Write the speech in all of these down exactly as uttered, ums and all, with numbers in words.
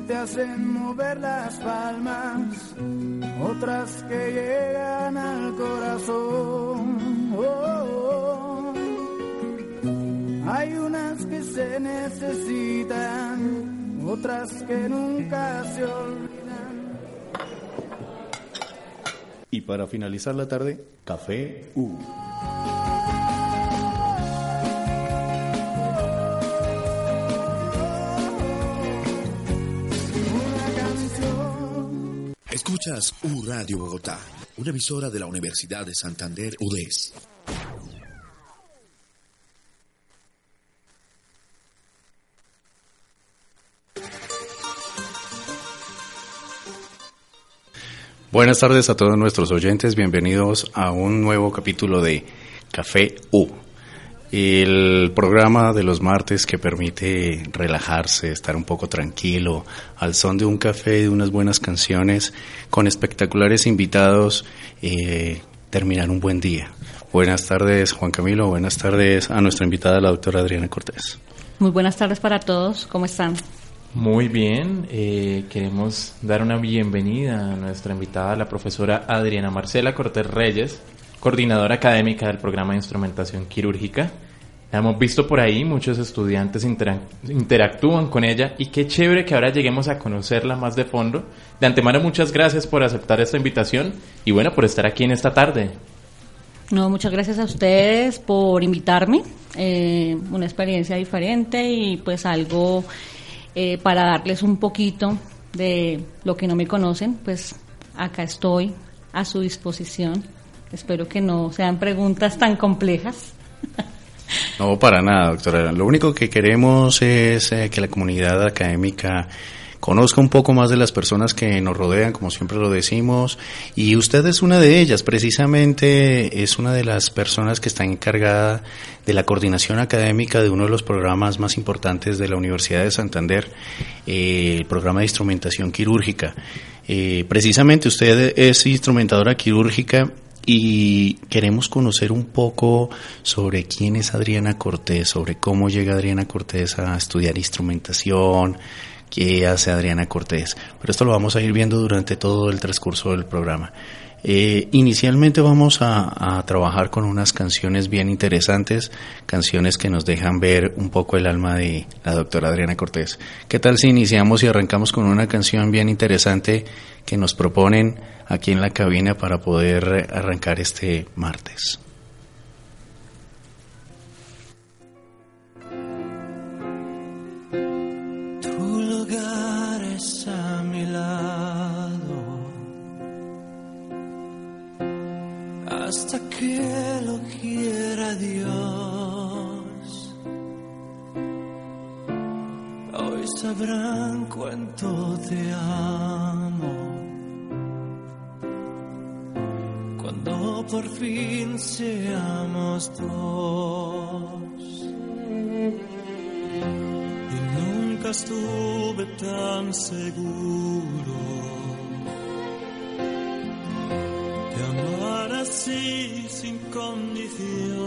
te hacen mover las palmas, otras que llegan al corazón. Oh, oh, oh. Hay unas que se necesitan, otras que nunca se olvidan. Y para finalizar la tarde, Café U. Escuchas U Radio Bogotá, una emisora de la Universidad de Santander U D E S. Buenas tardes a todos nuestros oyentes, bienvenidos a un nuevo capítulo de Café U, el programa de los martes que permite relajarse, estar un poco tranquilo, al son de un café y de unas buenas canciones, con espectaculares invitados, eh, terminar un buen día. Buenas tardes, Juan Camilo, buenas tardes a nuestra invitada, la doctora Adriana Cortés. Muy buenas tardes para todos, ¿cómo están? Muy bien, eh, queremos dar una bienvenida a nuestra invitada, la profesora Adriana Marcela Cortés Reyes, coordinadora académica del programa de instrumentación quirúrgica. La hemos visto por ahí, muchos estudiantes intera- interactúan con ella y qué chévere que ahora lleguemos a conocerla más de fondo. De antemano, muchas gracias por aceptar esta invitación y bueno, por estar aquí en esta tarde. No, muchas gracias a ustedes por invitarme, eh, una experiencia diferente y pues algo eh, para darles un poquito de lo que no me conocen, pues acá estoy a su disposición. Espero que no sean preguntas tan complejas. No, para nada, doctora. Lo único que queremos es eh, que la comunidad académica conozca un poco más de las personas que nos rodean, como siempre lo decimos, y usted es una de ellas, precisamente es una de las personas que está encargada de la coordinación académica de uno de los programas más importantes de la Universidad de Santander, eh, el programa de instrumentación quirúrgica. Eh, precisamente usted es instrumentadora quirúrgica y queremos conocer un poco sobre quién es Adriana Cortés, sobre cómo llega Adriana Cortés a estudiar instrumentación, qué hace Adriana Cortés, pero esto lo vamos a ir viendo durante todo el transcurso del programa. Eh, inicialmente vamos a, a trabajar con unas canciones bien interesantes, canciones que nos dejan ver un poco el alma de la doctora Adriana Cortés. ¿Qué tal si iniciamos y arrancamos con una canción bien interesante que nos proponen aquí en la cabina para poder arrancar este martes? A mi lado hasta que lo quiera Dios. Hoy sabrán cuánto te amo cuando por fin seamos dos. Nunca estuve tan seguro de amar así sin condición.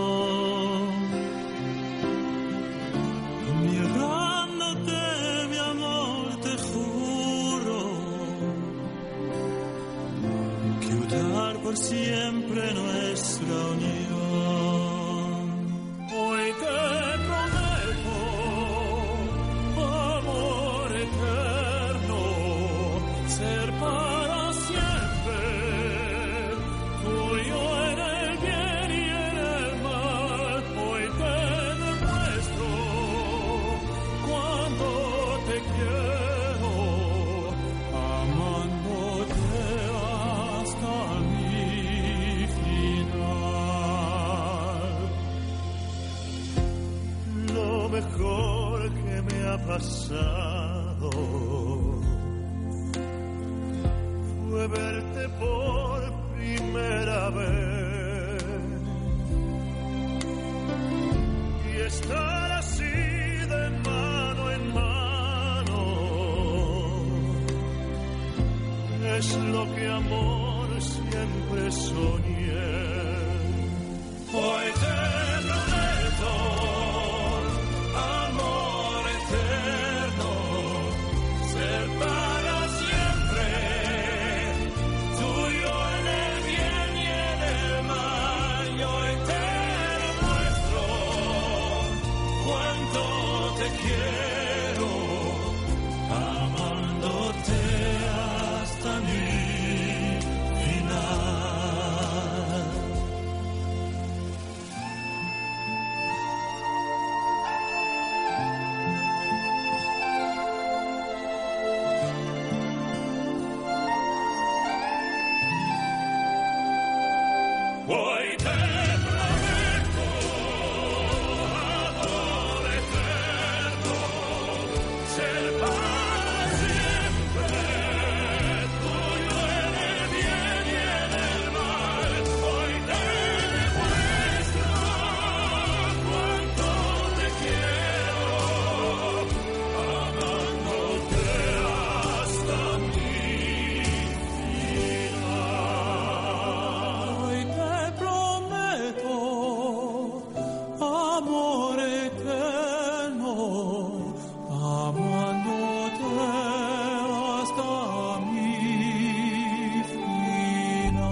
Mirándote, mi amor, te juro que unir por siempre nuestra unión. Hoy te ser para siempre tuyo en el bien y en el mal. Hoy te demuestro cuánto te quiero, amándote hasta mi final. Lo mejor que me ha pasado fue verte por primera vez y estar así de mano en mano. Es lo que amor siempre soñé. Hoy te prometo amor eterno, ser Hoy te prometo amor eterno, ser para siempre tuyo en el bien y en el mal. Hoy te demuestro cuánto te quiero, amándote hasta mi final. Hoy te prometo amor eterno, amándote hasta mi final.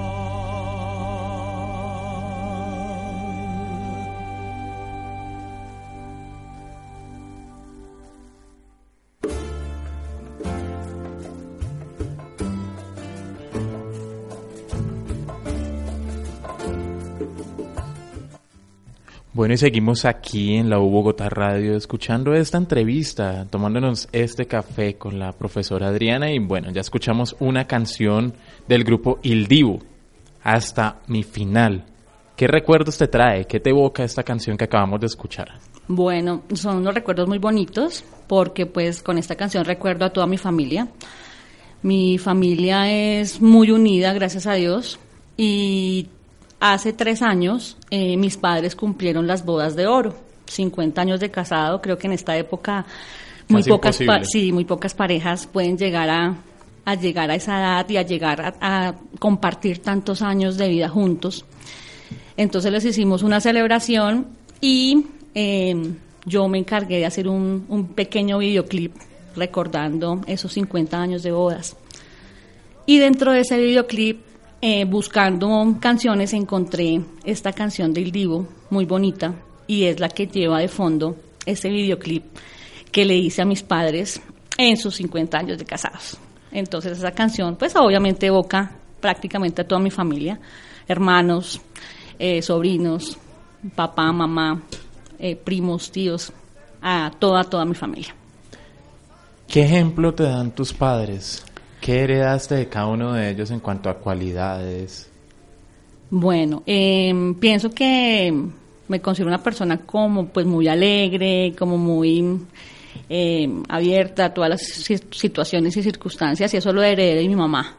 Bueno, y seguimos aquí en la U Bogotá Radio escuchando esta entrevista, tomándonos este café con la profesora Adriana y bueno, ya escuchamos una canción del grupo Il Divo, Hasta mi final. ¿Qué recuerdos te trae? ¿Qué te evoca esta canción que acabamos de escuchar? Bueno, son unos recuerdos muy bonitos porque pues con esta canción recuerdo a toda mi familia. Mi familia es muy unida, gracias a Dios, y hace tres años eh, mis padres cumplieron las bodas de oro, cincuenta años de casado. Creo que en esta época muy Casi pocas, pa- imposible. sí, muy pocas parejas pueden llegar a, a llegar a esa edad y a llegar a, a compartir tantos años de vida juntos. Entonces les hicimos una celebración y eh, yo me encargué de hacer un, un pequeño videoclip recordando esos cincuenta años de bodas. Y dentro de ese videoclip, eh, buscando canciones, encontré esta canción de Il Divo, muy bonita, y es la que lleva de fondo ese videoclip que le hice a mis padres en sus cincuenta años de casados. Entonces esa canción, pues obviamente evoca prácticamente a toda mi familia, hermanos, eh, sobrinos, papá, mamá, eh, primos, tíos, a toda, toda mi familia. ¿Qué ejemplo te dan tus padres? ¿Qué heredaste de cada uno de ellos en cuanto a cualidades? Bueno, eh, pienso que me considero una persona como pues muy alegre, como muy eh, abierta a todas las si- situaciones y circunstancias, y eso lo heredé de mi mamá.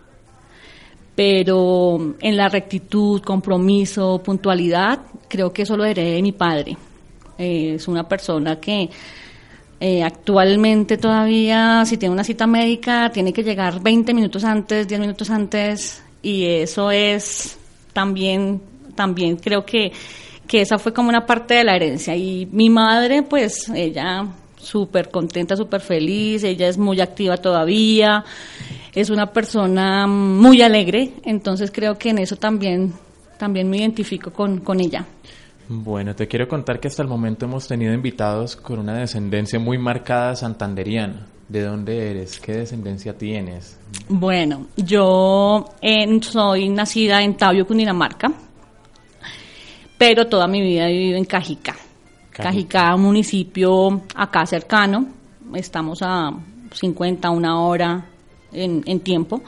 Pero en la rectitud, compromiso, puntualidad, creo que eso lo heredé de mi padre. Eh, es una persona que eh, actualmente todavía, si tiene una cita médica, tiene que llegar veinte minutos antes, diez minutos antes, y eso es también, también creo que, que esa fue como una parte de la herencia. Y mi madre, pues, ella súper contenta, súper feliz, ella es muy activa todavía, es una persona muy alegre, entonces creo que en eso también, también me identifico con, con ella. Bueno, te quiero contar que hasta el momento hemos tenido invitados con una descendencia muy marcada santanderiana. ¿De dónde eres? ¿Qué descendencia tienes? Bueno, yo eh, soy nacida en Tabio, Cundinamarca, pero toda mi vida he vivido en Cajicá. Cajicá. Cajicá, un municipio acá cercano, estamos a cincuenta, una hora en, en tiempo.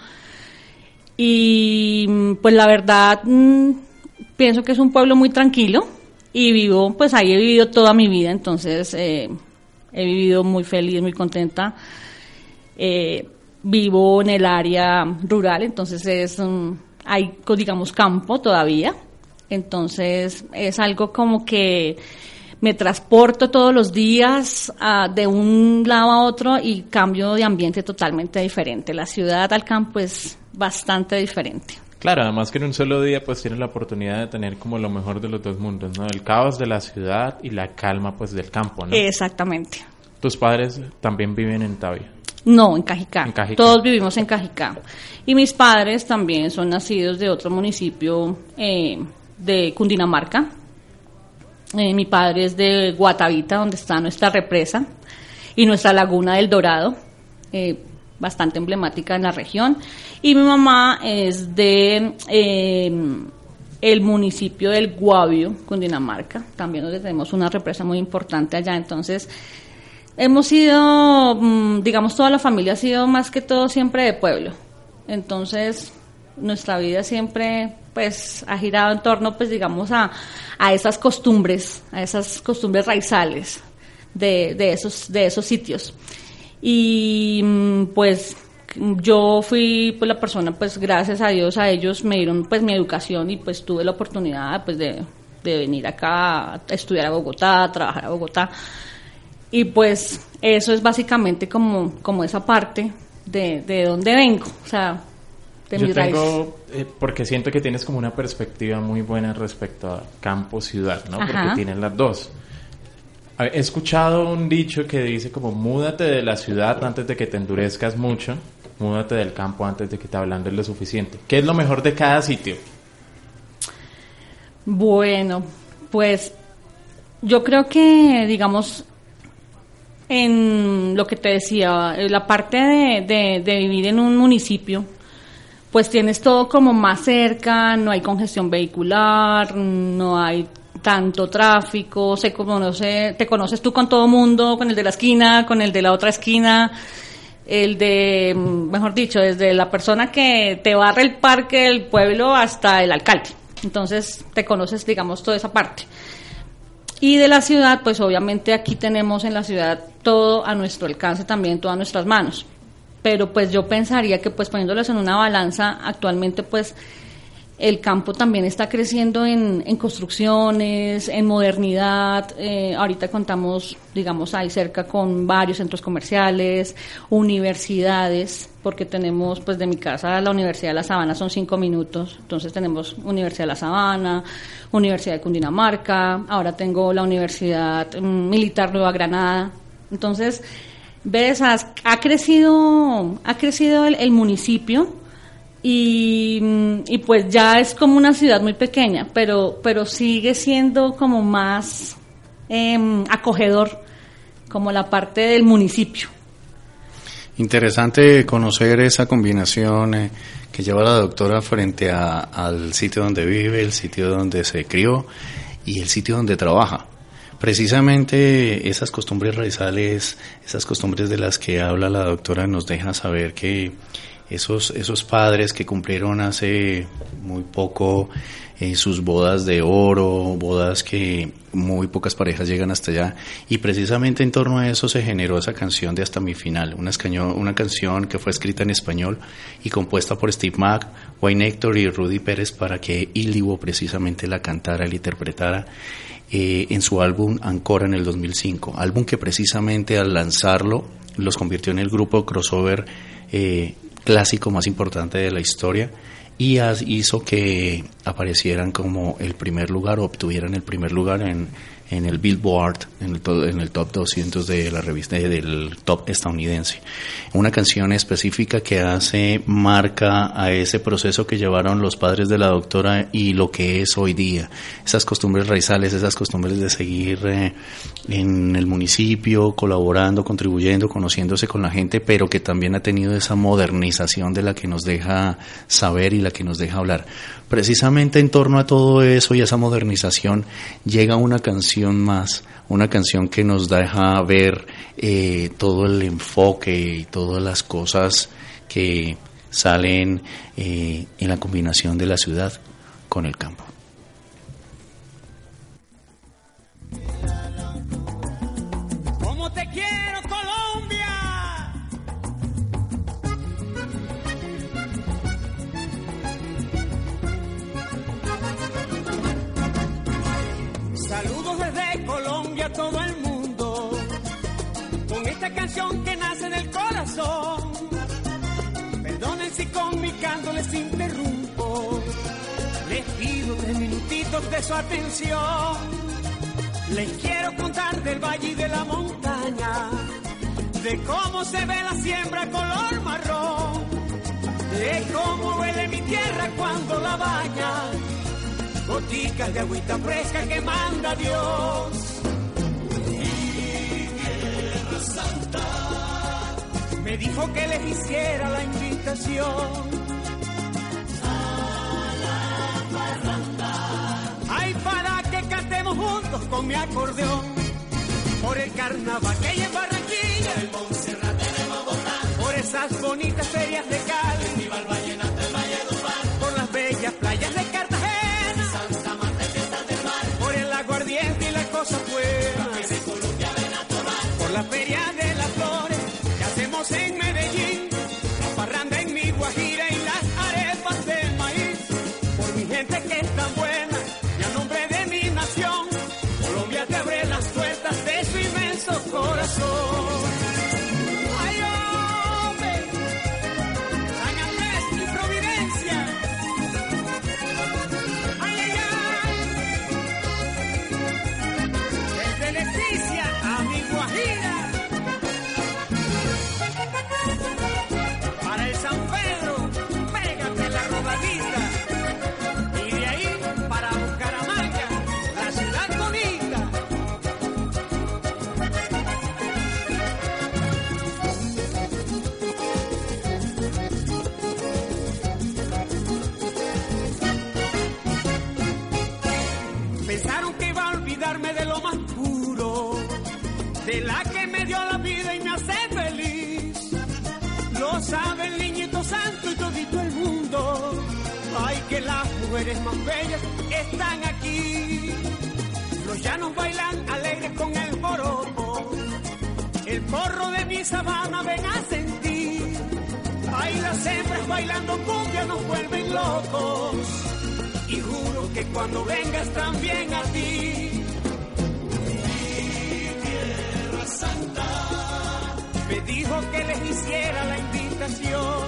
Y pues la verdad, mmm, pienso que es un pueblo muy tranquilo y vivo, pues ahí he vivido toda mi vida, entonces eh, he vivido muy feliz, muy contenta. Eh, vivo en el área rural, entonces es um, hay, digamos, campo todavía, entonces es algo como que me transporto todos los días uh, de un lado a otro y cambio de ambiente totalmente diferente. La ciudad al campo es bastante diferente. Claro, además que en un solo día pues tienes la oportunidad de tener como lo mejor de los dos mundos, ¿no? El caos de la ciudad y la calma pues del campo, ¿no? Exactamente. ¿Tus padres también viven en Tabia? No, en Cajicá. En Cajicá. Todos vivimos en Cajicá. Y mis padres también son nacidos de otro municipio eh, de Cundinamarca. Eh, mi padre es de Guatavita, donde está nuestra represa y nuestra laguna del Dorado, eh, bastante emblemática en la región. Y mi mamá es de eh, el municipio del Guavio, Cundinamarca, también donde tenemos una represa muy importante allá. Entonces, hemos sido, digamos, toda la familia ha sido más que todo siempre de pueblo. Entonces, nuestra vida siempre pues ha girado en torno pues digamos a, a esas costumbres, a esas costumbres raizales de, de esos de esos sitios. Y pues yo fui pues la persona, pues gracias a Dios a ellos me dieron pues mi educación y pues tuve la oportunidad pues de, de venir acá a estudiar a Bogotá, a trabajar a Bogotá. Y pues eso es básicamente como, como esa parte de, de dónde vengo, o sea, de Yo mis tengo, eh, porque siento que tienes como una perspectiva muy buena respecto a campo-ciudad, ¿no? Ajá. Porque tienes las dos. He escuchado un dicho que dice como múdate de la ciudad antes de que te endurezcas mucho, múdate del campo antes de que te ablandes lo suficiente. ¿Qué es lo mejor de cada sitio? Bueno, pues yo creo que, digamos, en lo que te decía, la parte de, de, de vivir en un municipio, pues tienes todo como más cerca, no hay congestión vehicular, no hay tanto tráfico, se conoce, te conoces tú con todo mundo, con el de la esquina, con el de la otra esquina, el de, mejor dicho, desde la persona que te barre el parque del pueblo hasta el alcalde. Entonces te conoces, digamos, toda esa parte. Y de la ciudad, pues obviamente aquí tenemos en la ciudad todo a nuestro alcance también, todas nuestras manos. Pero pues yo pensaría que pues poniéndolos en una balanza, actualmente pues el campo también está creciendo en, en construcciones, en modernidad. Eh, ahorita contamos, digamos, ahí cerca con varios centros comerciales, universidades, porque tenemos, pues de mi casa a la Universidad de La Sabana son cinco minutos, entonces tenemos Universidad de La Sabana, Universidad de Cundinamarca, ahora tengo la Universidad Militar Nueva Granada. Entonces, ves, has, ha crecido, ha crecido el, el municipio. Y, y pues ya es como una ciudad muy pequeña, pero, pero sigue siendo como más eh, acogedor, como la parte del municipio. Interesante conocer esa combinación eh, que lleva la doctora frente a, al sitio donde vive, el sitio donde se crió y el sitio donde trabaja. Precisamente esas costumbres raizales, esas costumbres de las que habla la doctora nos dejan saber que Esos, esos padres que cumplieron hace muy poco eh, sus bodas de oro, bodas que muy pocas parejas llegan hasta allá, y precisamente en torno a eso se generó esa canción de Hasta mi final, una, escaño, una canción que fue escrita en español y compuesta por Steve Mac, Wayne Hector y Rudy Pérez para que Ilivo precisamente la cantara, la interpretara eh, en su álbum Ancora en el dos mil cinco, álbum que precisamente al lanzarlo los convirtió en el grupo crossover eh, clásico más importante de la historia y hizo que aparecieran como el primer lugar o obtuvieran el primer lugar en, en el Billboard, en el, to, en el top doscientos de la revista, del top estadounidense. Una canción específica que hace marca a ese proceso que llevaron los padres de la doctora y lo que es hoy día. Esas costumbres raizales, esas costumbres de seguir eh, en el municipio, colaborando, contribuyendo, conociéndose con la gente, pero que también ha tenido esa modernización de la que nos deja saber y la que nos deja hablar. Precisamente en torno a todo eso y esa modernización llega una canción más, una canción que nos deja ver eh, todo el enfoque y todas las cosas que salen eh, en la combinación de la ciudad con el campo. ¿Cómo te quiero, Colombia? Saludos desde Colombia a todo el mundo, con esta canción que nace del corazón. Perdonen si con mi canto les interrumpo, les pido tres minutitos de su atención. Les quiero contar del valle y de la montaña, de cómo se ve la siembra color marrón, de cómo huele mi tierra cuando la baña, goticas de agüita fresca que manda Dios. Mi tierra santa me dijo que les hiciera la invitación a la parranda, ay, para que cantemos juntos con mi acordeón, por el carnaval que hay en Barranquilla, el Monserrate de Bogotá, por esas bonitas ferias de Cali, Festival Vallenato del Valle de Upar, que es tan buena, y a nombre de mi nación, Colombia te abre las puertas de su inmenso corazón. Ay, hombre, San Andrés y Providencia. Ay, ay, ay. Desde Leticia a mi Guajira. Para el San Pedro, pégate la rodadita. Y de ahí para Bucaramanga, la ciudad bonita. Pensaron que iba a olvidarme de lo más puro, de la que me dio la vida y me hace feliz. Lo sabe el niñito santo y todito el mundo. Ay, que las mujeres más bellas están aquí. Los llanos bailan alegres con el joropo. El porro de mi sabana ven a sentir. Ay, las hembras bailando cumbia nos vuelven locos. Y juro que cuando vengas también a ti. Mi tierra santa me dijo que les hiciera la invitación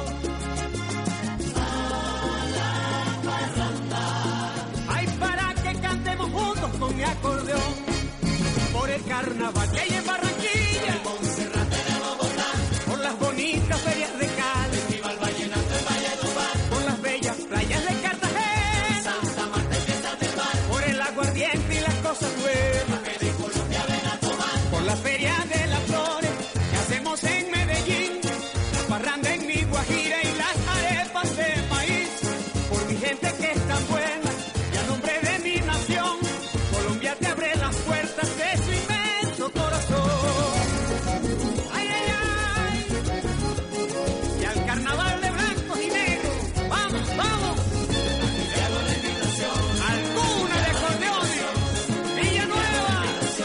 a la parranda. Ay, para que cantemos juntos con mi acordeón por el carnaval que hay en Barranquilla, por Monserrate de Bogotá, por las bonitas ferias de Cali, viva el vallenato del Valledupar, por las bellas playas de Cartagena, Santa Marta y Fiestas del Mar, por el aguardiente y las cosas buenas que de Colombia ven a tomar, por la feria de las flores que hacemos en Medellín, la parranda en mi Guajira y las arepas de maíz, por mi gente que es tan buena y a nombre de mi nación, Colombia te abre las puertas de su inmenso corazón. Ay, ay, ay. Y al carnaval de blancos y negros, vamos, vamos. Alguna de acordeones, Villanueva,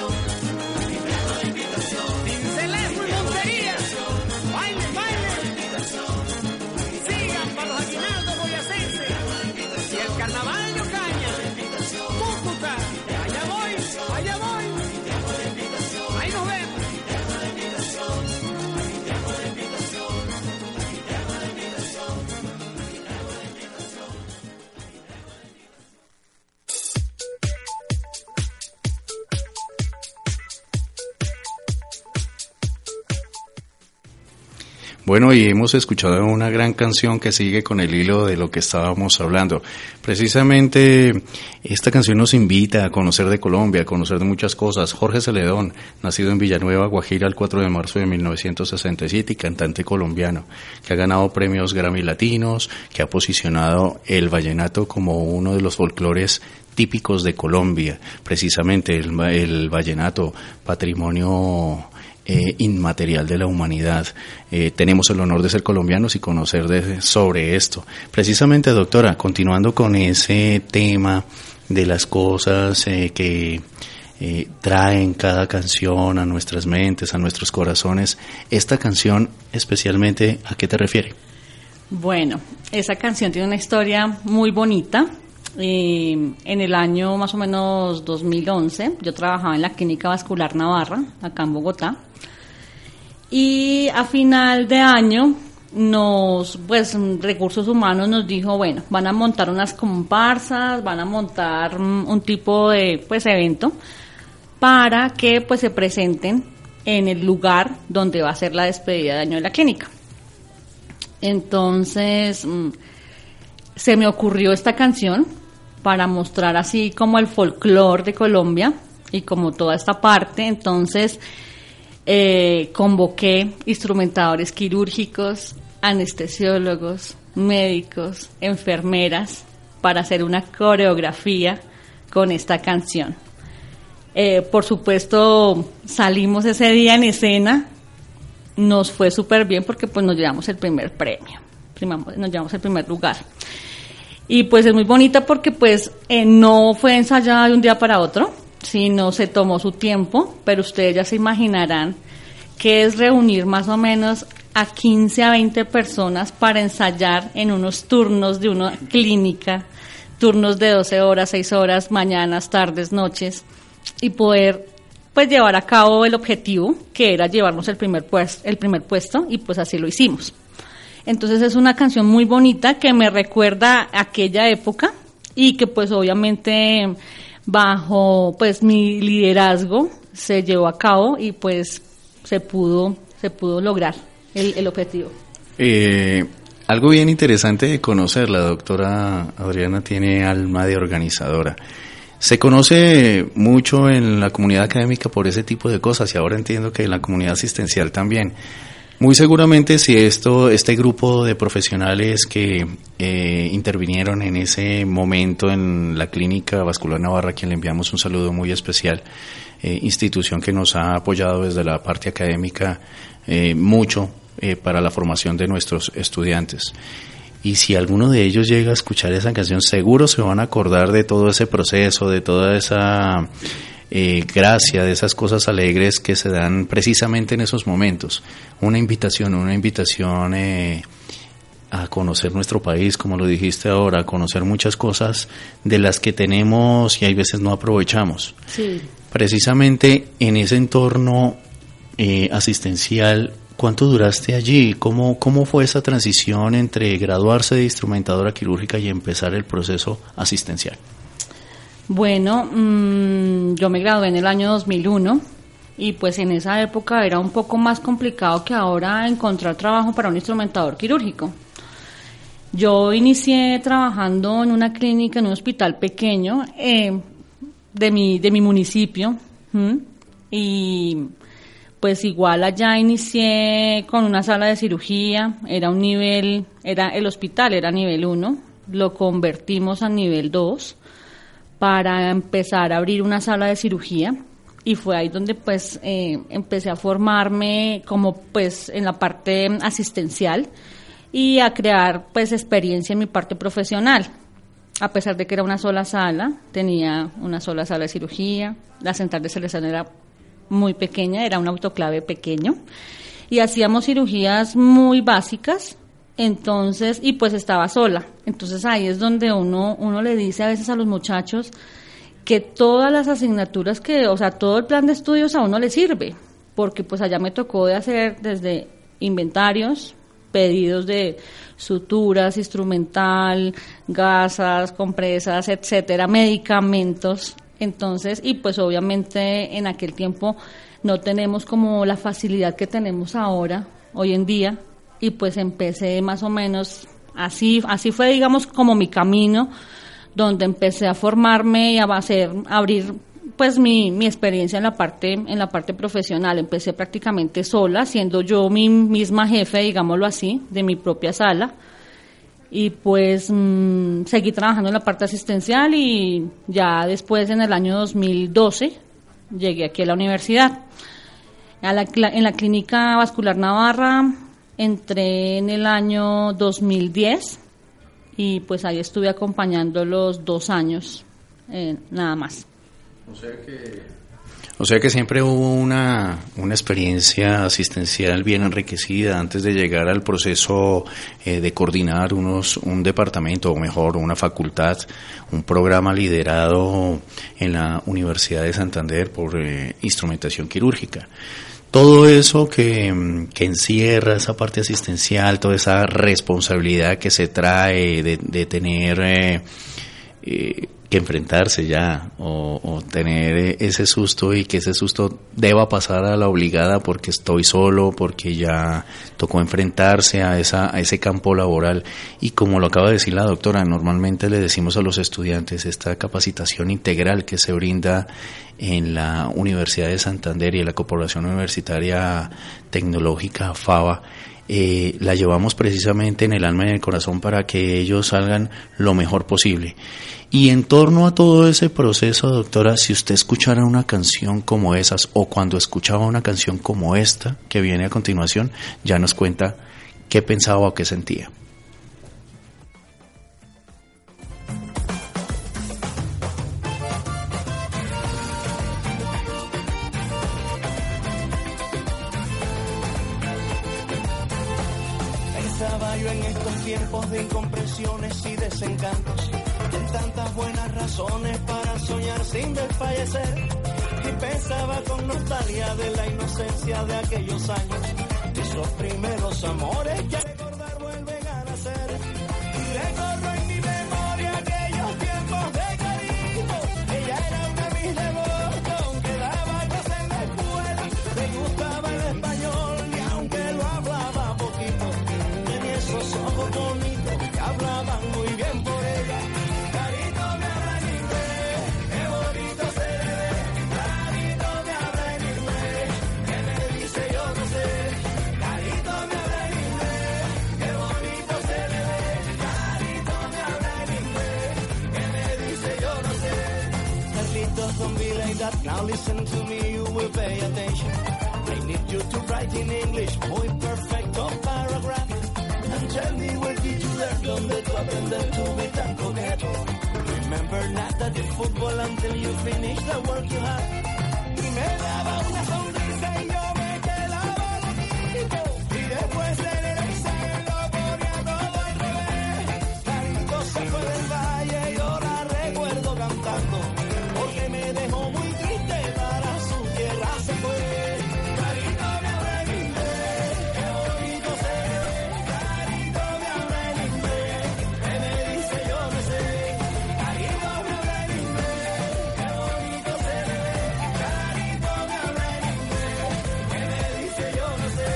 Cincelejo y Montería. Baile, baile. Sigan para los aguinaldos boyacenses. Y el carnaval de Ocaña, Cúcuta. Allá voy, allá voy. Ahí nos vemos. Bueno, y hemos escuchado una gran canción que sigue con el hilo de lo que estábamos hablando. Precisamente esta canción nos invita a conocer de Colombia, a conocer de muchas cosas. Jorge Celedón, nacido en Villanueva, Guajira, el cuatro de marzo de mil novecientos sesenta y siete, y cantante colombiano, que ha ganado premios Grammy Latinos, que ha posicionado el vallenato como uno de los folclores típicos de Colombia. Precisamente el, el vallenato, patrimonio Eh, inmaterial de la humanidad. Eh, tenemos el honor de ser colombianos y conocer de, sobre esto. Precisamente, doctora, continuando con ese tema de las cosas eh, que eh, traen cada canción a nuestras mentes, a nuestros corazones, esta canción especialmente, ¿a qué te refiere? Bueno, esa canción tiene una historia muy bonita. Eh, en el año más o menos dos mil once, yo trabajaba en la Clínica Vascular Navarra, acá en Bogotá, y a final de año nos, pues, Recursos Humanos nos dijo, bueno, van a montar unas comparsas, van a montar un tipo de, pues, evento para que, pues, se presenten en el lugar donde va a ser la despedida de año de la clínica. Entonces, se me ocurrió esta canción para mostrar así como el folclore de Colombia y como toda esta parte. Entonces eh, convoqué instrumentadores quirúrgicos, anestesiólogos, médicos, enfermeras para hacer una coreografía con esta canción. Eh, por supuesto, salimos ese día en escena, nos fue súper bien porque pues nos llevamos el primer premio, nos llevamos el primer lugar. Y pues es muy bonita porque pues eh, no fue ensayada de un día para otro, sino se tomó su tiempo, pero ustedes ya se imaginarán que es reunir más o menos a quince a veinte personas para ensayar en unos turnos de una clínica turnos de doce horas, seis horas, mañanas, tardes, noches, y poder pues llevar a cabo el objetivo, que era llevarnos el primer, pues, el primer puesto, y pues así lo hicimos. Entonces es una canción muy bonita que me recuerda aquella época y que pues obviamente bajo pues mi liderazgo se llevó a cabo y pues se pudo, se pudo lograr el, el objetivo. Eh, algo bien interesante de conocer, la doctora Adriana tiene alma de organizadora. Se conoce mucho en la comunidad académica por ese tipo de cosas y ahora entiendo que en la comunidad asistencial también. Muy seguramente si esto, este grupo de profesionales que eh, intervinieron en ese momento en la Clínica Vascular Navarra, a quien le enviamos un saludo muy especial, eh, institución que nos ha apoyado desde la parte académica eh, mucho eh, para la formación de nuestros estudiantes. Y si alguno de ellos llega a escuchar esa canción, seguro se van a acordar de todo ese proceso, de toda esa eh, gracia, de esas cosas alegres que se dan precisamente en esos momentos. Una invitación, una invitación eh, a conocer nuestro país, como lo dijiste ahora, a conocer muchas cosas de las que tenemos y hay veces no aprovechamos. Sí. Precisamente en ese entorno eh, asistencial, ¿cuánto duraste allí? ¿Cómo, cómo fue esa transición entre graduarse de instrumentadora quirúrgica y empezar el proceso asistencial? Bueno, mmm, yo me gradué en el año dos mil uno y pues en esa época era un poco más complicado que ahora encontrar trabajo para un instrumentador quirúrgico. Yo inicié trabajando en una clínica, en un hospital pequeño eh, de mi, de mi municipio ¿m? y pues igual allá inicié con una sala de cirugía, era un nivel, era el hospital era nivel uno, lo convertimos a nivel dos para empezar a abrir una sala de cirugía y fue ahí donde pues eh, empecé a formarme como pues en la parte asistencial y a crear pues experiencia en mi parte profesional. A pesar de que era una sola sala, tenía una sola sala de cirugía, la central de selección era muy pequeña, era un autoclave pequeño y hacíamos cirugías muy básicas, entonces, y pues estaba sola, entonces ahí es donde uno, uno le dice a veces a los muchachos que todas las asignaturas que, o sea, todo el plan de estudios a uno le sirve, porque pues allá me tocó de hacer desde inventarios, pedidos de suturas, instrumental, gasas, compresas, etcétera, medicamentos. Entonces, y pues obviamente en aquel tiempo no tenemos como la facilidad que tenemos ahora, hoy en día, y pues empecé más o menos así, así fue digamos como mi camino, donde empecé a formarme y a hacer, a abrir pues mi, mi experiencia en la parte, en la parte profesional. Empecé prácticamente sola, siendo yo mi misma jefe, digámoslo así, de mi propia sala. Y pues mmm, seguí trabajando en la parte asistencial y ya después en el año dos mil doce llegué aquí a la universidad. A la, en la Clínica Vascular Navarra entré en el año dos mil diez y pues ahí estuve acompañándolos dos años, eh, nada más. O sea que... O sea que siempre hubo una, una experiencia asistencial bien enriquecida antes de llegar al proceso eh, de coordinar unos, un departamento, o mejor, una facultad, un programa liderado en la Universidad de Santander por eh, instrumentación quirúrgica. Todo eso que, que encierra esa parte asistencial, toda esa responsabilidad que se trae de, de tener... Eh, eh, que enfrentarse ya o, o tener ese susto y que ese susto deba pasar a la obligada porque estoy solo, porque ya tocó enfrentarse a esa a ese campo laboral. Y como lo acaba de decir la doctora, normalmente le decimos a los estudiantes esta capacitación integral que se brinda en la Universidad de Santander y en la Corporación Universitaria Tecnológica FABA, eh, la llevamos precisamente en el alma y en el corazón para que ellos salgan lo mejor posible. Y en torno a todo ese proceso, doctora, si usted escuchara una canción como esas o cuando escuchaba una canción como esta que viene a continuación, ya nos cuenta qué pensaba o qué sentía. Pensaba yo en estos tiempos de incomprensiones y desencantos, en tanta razones para soñar sin desfallecer. Y pensaba con nostalgia de la inocencia de aquellos años, esos primeros amores que al recordar vuelven a nacer. Y recorro en mi memoria aquellos tiempos de cariño. Ella era una Miss de Boston que daba clases en la escuela. Le gustaba el español y aunque lo hablaba poquito, tenía esos ojos bonitos que hablaban muy bien por ella. Carito me habla en inglés, qué bonito se le ve. Carito me habla en inglés, que me dice yo no sé. Carito me habla en inglés, qué bonito se le ve. Carito me habla en inglés, que me dice yo no sé. Carlitos, don't be like that. Now listen to me, you will pay attention. I need you to write in English, muy perfecto paragraph. And tell me where did you learn, donde tú aprendes to be tan coqueto. Remember not that the football until you finish the work you have. Y me daba una sonrisa y yo me quedaba loquito. Y después en el examen lo ponía todo al revés. Carito se fue del valle y yo la recuerdo cantando, porque me dejó muy triste, para su tierra se fue. Carito me habla en inglés, qué bonito se ve. Carito me habla en inglés, que me dice yo no sé. Carito me habla en inglés, qué bonito se ve. Carito me habla en inglés, que me dice yo no sé.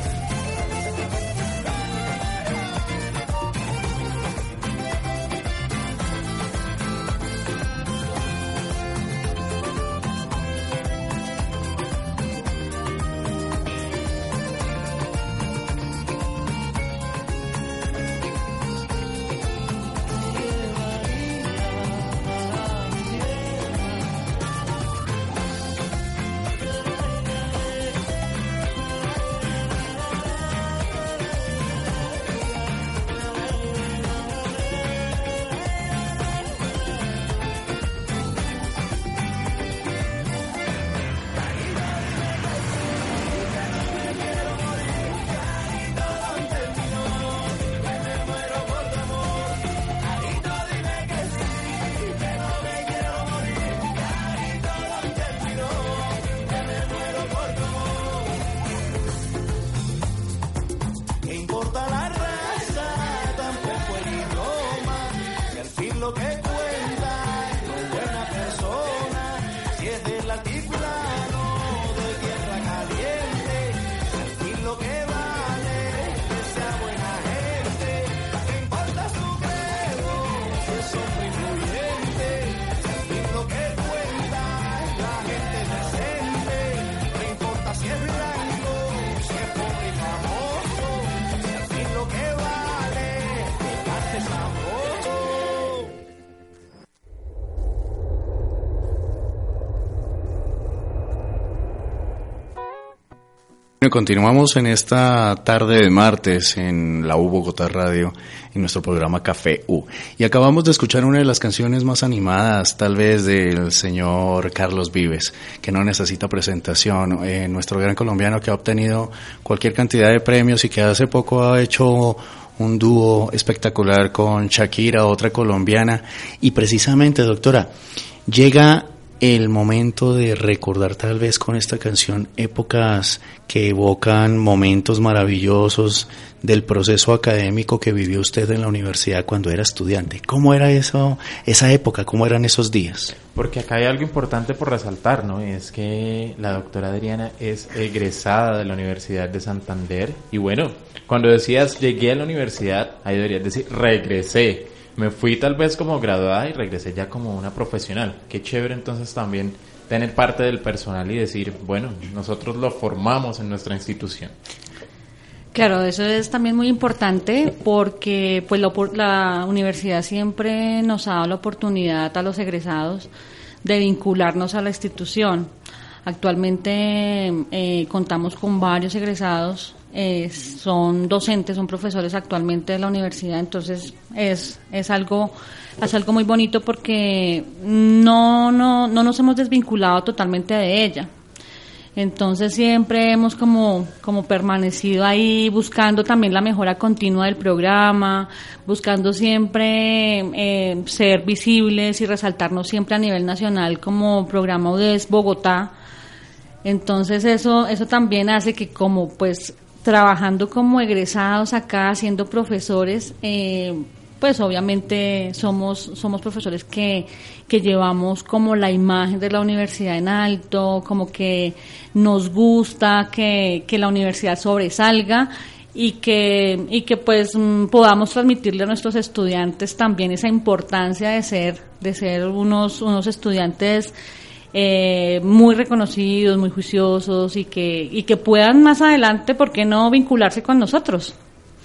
¿Qué importa la raza? Tampoco el idioma. Si al fin lo que cuenta es lo buena persona. Si es del altiplano, de tierra caliente. Si al fin lo que vale es que sea buena gente. ¿Qué importa su credo? Si es hombre influyente. Si al fin lo que cuenta es la gente decente. ¿Qué importa si es blanco? Si es pobre y famoso. Lo que vale es arte sabroso. Bueno, continuamos en esta tarde de martes en la U Bogotá Radio, en nuestro programa Café U. Y acabamos de escuchar una de las canciones más animadas, tal vez, del señor Carlos Vives, que no necesita presentación. Eh, nuestro gran colombiano que ha obtenido cualquier cantidad de premios y que hace poco ha hecho un dúo espectacular con Shakira, otra colombiana. Y precisamente, doctora, llega el momento de recordar tal vez con esta canción épocas que evocan momentos maravillosos del proceso académico que vivió usted en la universidad cuando era estudiante. ¿Cómo era eso, esa época? ¿Cómo eran esos días? Porque acá hay algo importante por resaltar, ¿no? Es que la doctora Adriana es egresada de la Universidad de Santander. Y bueno, cuando decías llegué a la universidad, ahí deberías decir regresé. Me fui tal vez como graduada y regresé ya como una profesional. Qué chévere entonces también tener parte del personal y decir, bueno, nosotros lo formamos en nuestra institución. Claro, eso es también muy importante porque pues lo, la universidad siempre nos ha dado la oportunidad a los egresados de vincularnos a la institución. Actualmente eh, contamos con varios egresados, eh, son docentes, son profesores actualmente de la universidad, entonces es es algo es algo muy bonito porque no no no nos hemos desvinculado totalmente de ella. Entonces siempre hemos como, como permanecido ahí buscando también la mejora continua del programa, buscando siempre eh, ser visibles y resaltarnos siempre a nivel nacional como programa U D E S Bogotá. Entonces eso, eso también hace que como pues trabajando como egresados acá, siendo profesores, eh, pues obviamente somos somos profesores que, que llevamos como la imagen de la universidad en alto, como que nos gusta que, que la universidad sobresalga y que y que pues podamos transmitirle a nuestros estudiantes también esa importancia de ser de ser unos unos estudiantes eh, muy reconocidos, muy juiciosos y que y que puedan más adelante, ¿por qué no vincularse con nosotros?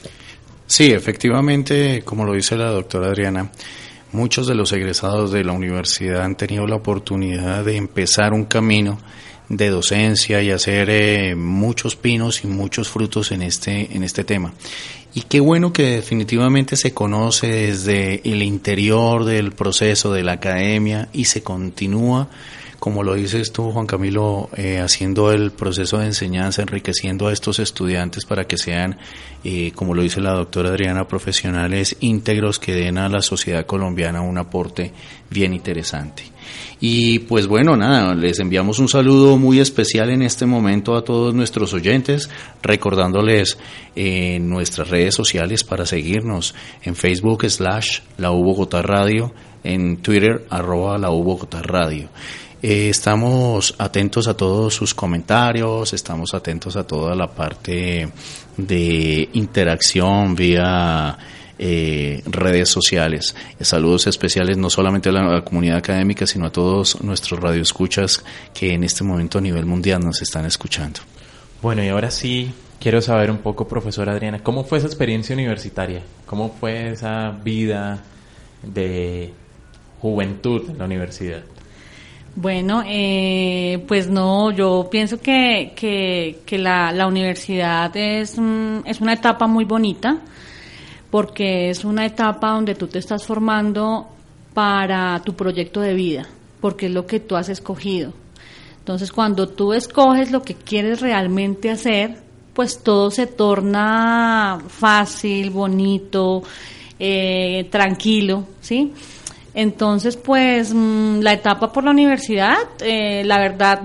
Sí, efectivamente, como lo dice la doctora Adriana, muchos de los egresados de la universidad han tenido la oportunidad de empezar un camino de docencia y hacer eh, muchos pinos y muchos frutos en este en este tema. Y qué bueno que definitivamente se conoce desde el interior del proceso de la academia y se continúa, como lo dices tú, Juan Camilo, eh, haciendo el proceso de enseñanza, enriqueciendo a estos estudiantes para que sean, eh, como lo dice la doctora Adriana, profesionales íntegros que den a la sociedad colombiana un aporte bien interesante. Y pues bueno, nada, les enviamos un saludo muy especial en este momento a todos nuestros oyentes, recordándoles eh, nuestras redes sociales para seguirnos en Facebook slash la U Bogotá Radio, en Twitter arroba la U Bogotá Radio. Eh, estamos atentos a todos sus comentarios, estamos atentos a toda la parte de interacción vía eh, redes sociales. Eh, saludos especiales no solamente a la, a la comunidad académica, sino a todos nuestros radioescuchas que en este momento a nivel mundial nos están escuchando. Bueno, y ahora sí quiero saber un poco, profesora Adriana, ¿cómo fue esa experiencia universitaria? ¿Cómo fue esa vida de juventud en la universidad? Bueno, eh, pues no, yo pienso que, que, que la, la universidad es, un, es una etapa muy bonita, porque es una etapa donde tú te estás formando para tu proyecto de vida, porque es lo que tú has escogido. Entonces, cuando tú escoges lo que quieres realmente hacer, pues todo se torna fácil, bonito, eh, tranquilo, ¿sí? Entonces, pues, mmm, la etapa por la universidad, eh, la verdad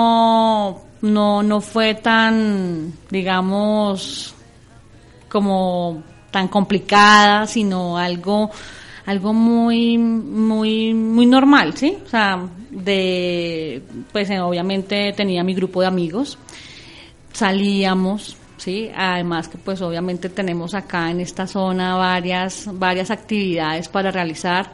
no, no, no fue tan, digamos, como tan complicada, sino algo, algo muy, muy, muy normal, ¿sí? O sea, de, pues, eh, obviamente tenía mi grupo de amigos, salíamos, sí, además que, pues, obviamente tenemos acá en esta zona varias, varias actividades para realizar.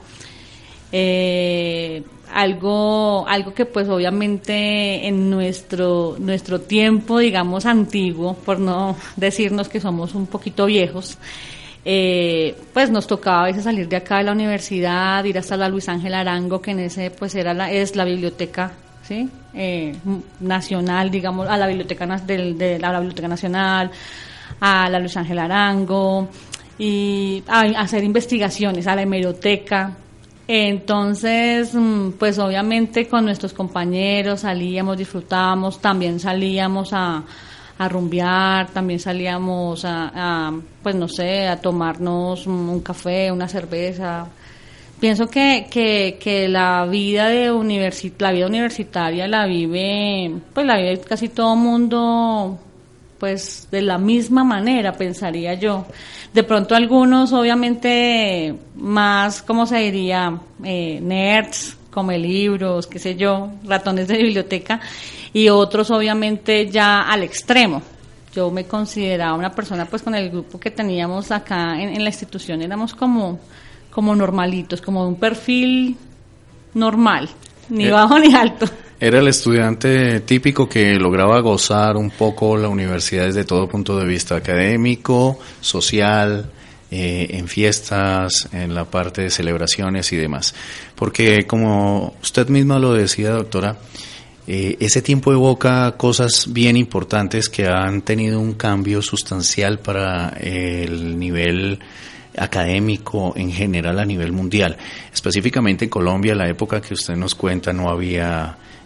Eh, algo algo que pues obviamente en nuestro nuestro tiempo, digamos, antiguo, por no decirnos que somos un poquito viejos, eh, pues nos tocaba a veces salir de acá de la universidad, ir hasta la Luis Ángel Arango, que en ese pues era la, es la biblioteca, ¿sí? Eh, nacional, digamos, a la biblioteca de, de la biblioteca nacional, a la Luis Ángel Arango, y a, a hacer investigaciones a la hemeroteca. Entonces, pues obviamente con nuestros compañeros salíamos, disfrutábamos, también salíamos a, a rumbear, también salíamos a, a, pues no sé, a tomarnos un café, una cerveza. Pienso que, que, que la vida de universi- la vida universitaria la vive, pues la vive casi todo mundo, pues de la misma manera, pensaría yo. De pronto algunos, obviamente, más, ¿cómo se diría? Eh, nerds, come libros, qué sé yo, ratones de biblioteca, y otros, obviamente, ya al extremo. Yo me consideraba una persona, pues, con el grupo que teníamos acá en, en la institución, éramos como, como normalitos, como de un perfil normal, ni eh. bajo ni alto. Era el estudiante típico que lograba gozar un poco la universidad desde todo punto de vista académico, social, eh, en fiestas, en la parte de celebraciones y demás. Porque como usted misma lo decía, doctora, eh, ese tiempo evoca cosas bien importantes que han tenido un cambio sustancial para el nivel académico en general a nivel mundial. Específicamente en Colombia, la época que usted nos cuenta, no había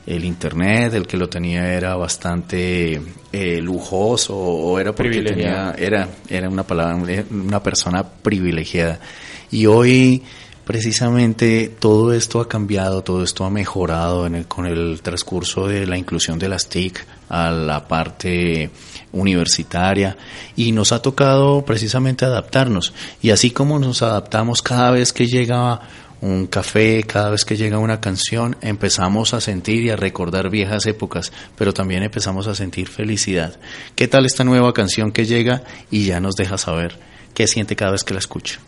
el internet, el que lo tenía era bastante eh, lujoso, o era porque tenía, era, era una palabra, una persona privilegiada. Y hoy precisamente todo esto ha cambiado, todo esto ha mejorado en el, con el transcurso de la inclusión de las T I C a la parte universitaria, y nos ha tocado precisamente adaptarnos. Y así como nos adaptamos cada vez que llega un café, cada vez que llega una canción, empezamos a sentir y a recordar viejas épocas, pero también empezamos a sentir felicidad. ¿Qué tal esta nueva canción que llega y ya nos deja saber qué siente cada vez que la escucha?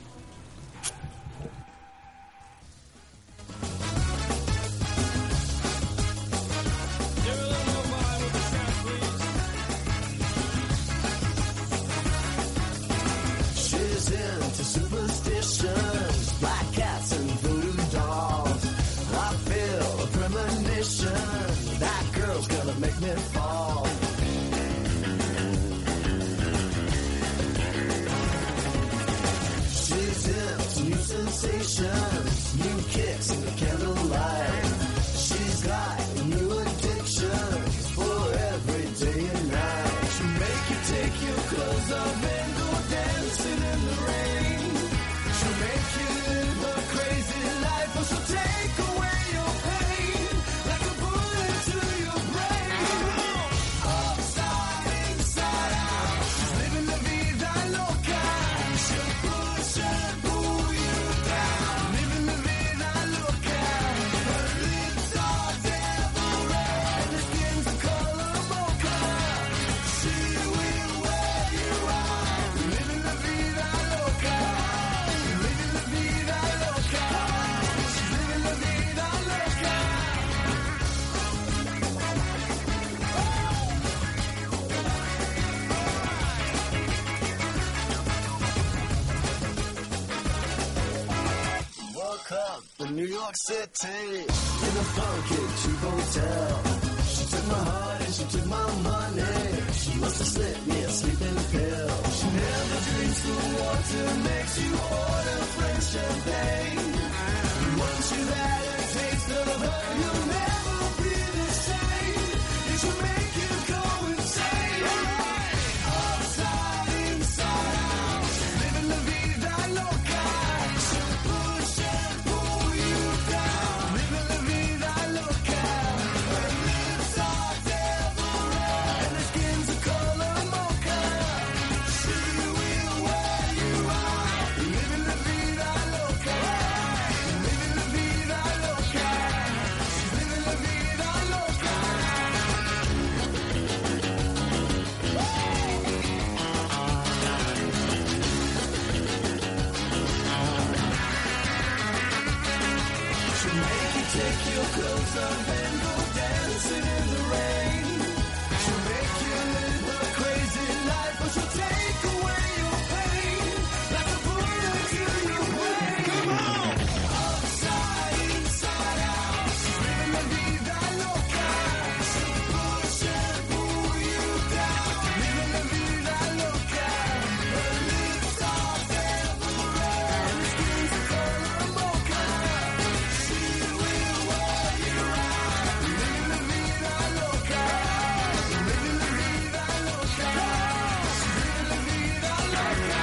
New York City, in a funky cheap hotel. She took my heart and she took my money. She must have slipped me a sleeping pill. She never drinks the water, makes you order French champagne. Once you've had a taste of her, you'll never be the same. It should make you go insane. Upside, inside out, living la vida loca. She'll push and pull you down, living la vida loca. Her lips are devil red and her skin's a color mocha. She will wear you out, living la vida loca. Living la vida loca. She's living la vida loca. She'll make you take your clothes off and go dancing in the rain. She'll make you live a crazy life, but she'll take away your pain like a bullet to your brain. Come on! Upside, inside out, she's living la vida loca. She'll push and pull you down, living la vida loca. Her lips are devil red, her skin's a color mocha. She will wear you out, living la vida loca. Living la vida loca. She's living la vida loca.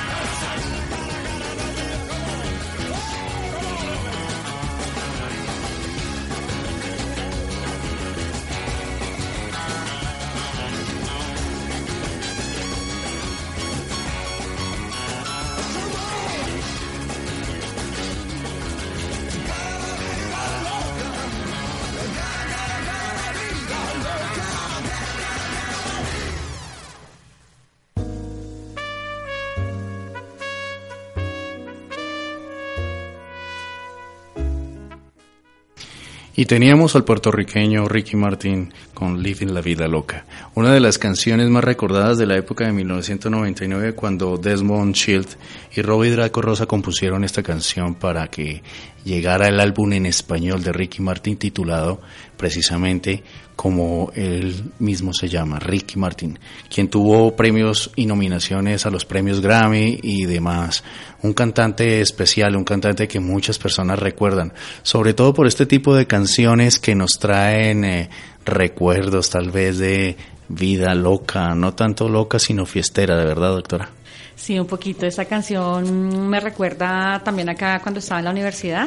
Y teníamos al puertorriqueño Ricky Martin con Living la Vida Loca, una de las canciones más recordadas de la época de mil novecientos noventa y nueve, cuando Desmond Child y Robbie Draco Rosa compusieron esta canción para que llegara el álbum en español de Ricky Martin titulado precisamente como él mismo se llama, Ricky Martin, quien tuvo premios y nominaciones a los premios Grammy y demás. Un cantante especial, un cantante que muchas personas recuerdan, sobre todo por este tipo de canciones que nos traen eh, recuerdos tal vez de vida loca, no tanto loca sino fiestera, ¿de verdad, doctora? Sí, un poquito. Esa canción me recuerda también acá cuando estaba en la universidad.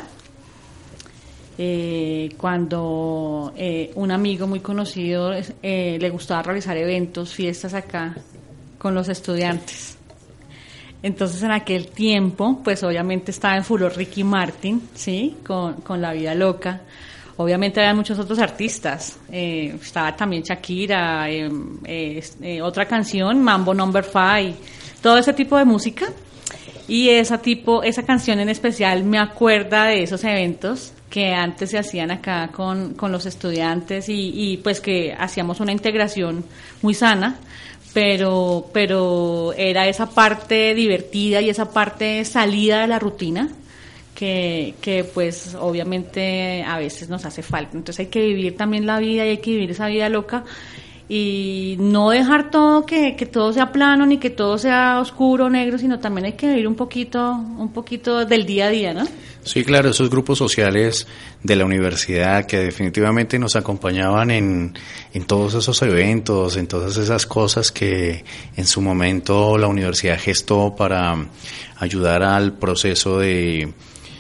Eh, cuando eh, un amigo muy conocido eh, le gustaba realizar eventos, fiestas acá con los estudiantes. Entonces en aquel tiempo, pues obviamente estaba en furor Ricky Martin, ¿sí? Con, con La Vida Loca. Obviamente había muchos otros artistas. Eh, estaba también Shakira, eh, eh, eh, otra canción, Mambo Number Five, todo ese tipo de música. Y esa tipo, esa canción en especial me acuerda de esos eventos que antes se hacían acá con, con los estudiantes y, y pues que hacíamos una integración muy sana, pero, pero era esa parte divertida y esa parte salida de la rutina que, que pues obviamente a veces nos hace falta. Entonces hay que vivir también la vida y hay que vivir esa vida loca y no dejar todo que, que todo sea plano ni que todo sea oscuro, negro, sino también hay que vivir un poquito, un poquito del día a día, ¿no? Sí, claro, esos grupos sociales de la universidad que definitivamente nos acompañaban en, en todos esos eventos, en todas esas cosas que en su momento la universidad gestó para ayudar al proceso de,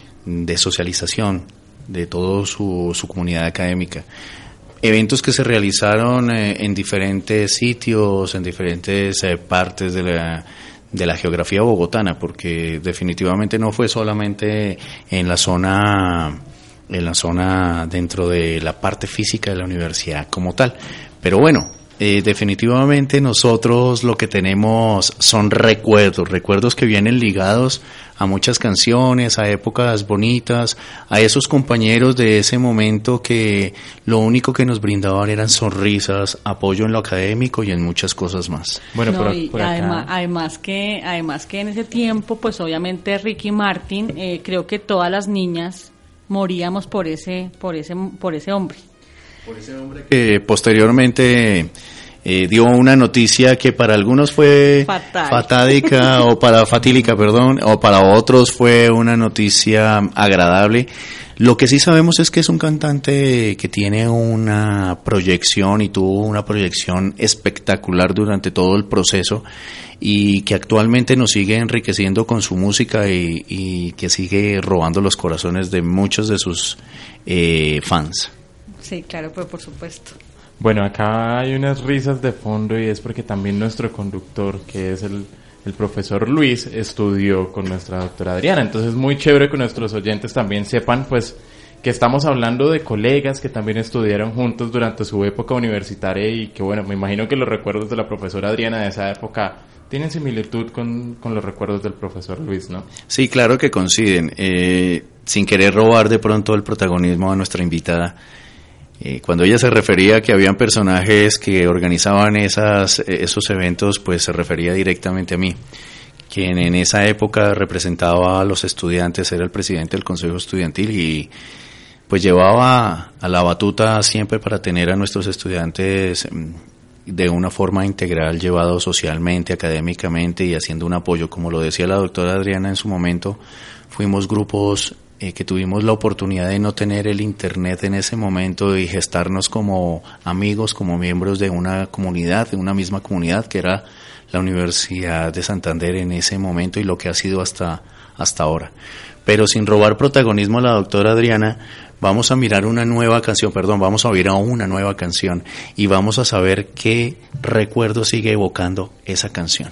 de socialización de toda su, su comunidad académica. Eventos que se realizaron eh, en diferentes sitios, en diferentes eh, partes de la de la geografía bogotana, porque definitivamente no fue solamente en la zona en la zona dentro de la parte física de la universidad como tal, pero bueno, eh, definitivamente nosotros lo que tenemos son recuerdos, recuerdos que vienen ligados a muchas canciones, a épocas bonitas, a esos compañeros de ese momento que lo único que nos brindaban eran sonrisas, apoyo en lo académico y en muchas cosas más. Bueno, no, por, por acá. Además, además que además que en ese tiempo, pues obviamente Ricky Martin, eh, creo que todas las niñas moríamos por ese por ese por ese hombre. Por ese hombre que posteriormente eh, dio una noticia que para algunos fue Fatal. fatádica o para fatílica, perdón, o para otros fue una noticia agradable. Lo que sí sabemos es que es un cantante que tiene una proyección y tuvo una proyección espectacular durante todo el proceso y que actualmente nos sigue enriqueciendo con su música y, y que sigue robando los corazones de muchos de sus eh, fans. Sí, claro, pues por supuesto. Bueno, acá hay unas risas de fondo y es porque también nuestro conductor, que es el, el profesor Luis, estudió con nuestra doctora Adriana. Entonces es muy chévere que nuestros oyentes también sepan pues que estamos hablando de colegas que también estudiaron juntos durante su época universitaria y que bueno, me imagino que los recuerdos de la profesora Adriana de esa época tienen similitud con, con los recuerdos del profesor Luis, ¿no? Sí, claro que coinciden. Eh, sin querer robar de pronto el protagonismo a nuestra invitada, Eh, cuando ella se refería a que habían personajes que organizaban esas, esos eventos, pues se refería directamente a mí, quien en esa época representaba a los estudiantes, era el presidente del Consejo Estudiantil y pues llevaba a la batuta siempre para tener a nuestros estudiantes de una forma integral, llevados socialmente, académicamente y haciendo un apoyo. Como lo decía la doctora Adriana en su momento, fuimos grupos Eh, que tuvimos la oportunidad de no tener el internet en ese momento y gestarnos como amigos, como miembros de una comunidad, de una misma comunidad que era la Universidad de Santander en ese momento y lo que ha sido hasta, hasta ahora. Pero sin robar protagonismo a la doctora Adriana, vamos a mirar una nueva canción, perdón, vamos a oír a una nueva canción y vamos a saber qué recuerdo sigue evocando esa canción.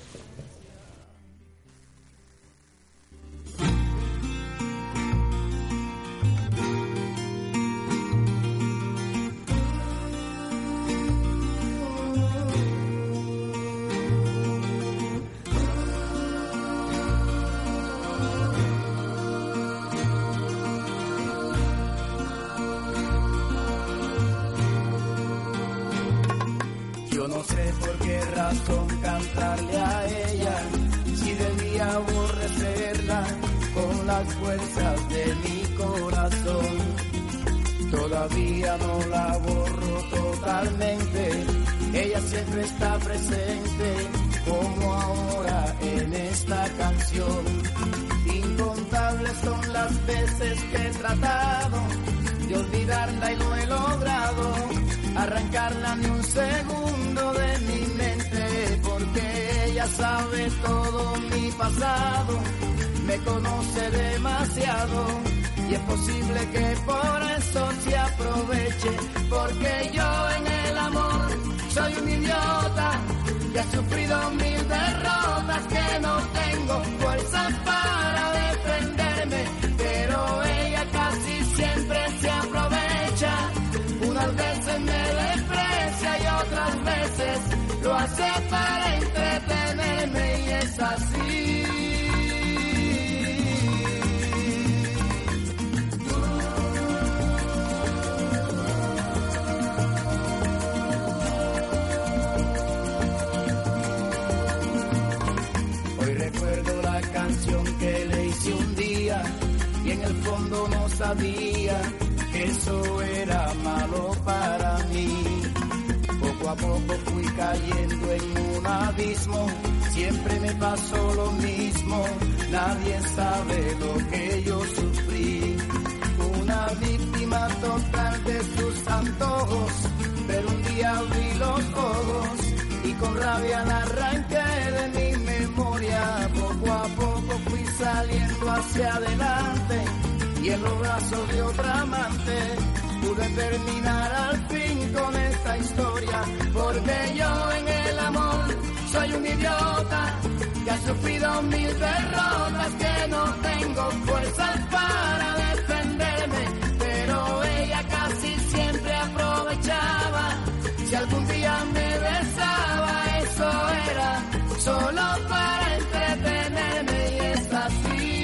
Cantarle a ella, si debía aborrecerla con las fuerzas de mi corazón. todavía no la borro totalmente. Ella siempre está presente, como ahora en esta canción. Incontables son las veces que he tratado de olvidarla y no he logrado arrancarla ni un segundo de mi mente, porque ella sabe todo mi pasado, me conoce demasiado y es posible que por eso se aproveche, porque yo en el amor soy un idiota que ha sufrido mil derrotas, que no tengo fuerzas para defenderme, pero ella casi siempre se aprovecha. Unas veces me desprecia y otras veces lo hace para entretenerme, y es así. Hoy recuerdo la canción que le hice un día y en el fondo no sabía que eso era malo para mí. Poco a poco fui cayendo en un abismo, siempre me pasó lo mismo, nadie sabe lo que yo sufrí. Una víctima total de sus antojos, pero un día abrí los ojos y con rabia la arranqué de mi memoria. Poco a poco fui saliendo hacia adelante y en los brazos de otra amante pude terminar al fin con esta historia, porque yo en el amor soy un idiota que ha sufrido mil derrotas, que no tengo fuerzas para defenderme, pero ella casi siempre aprovechaba. Si algún día me besaba, eso era solo para entretenerme, y es así.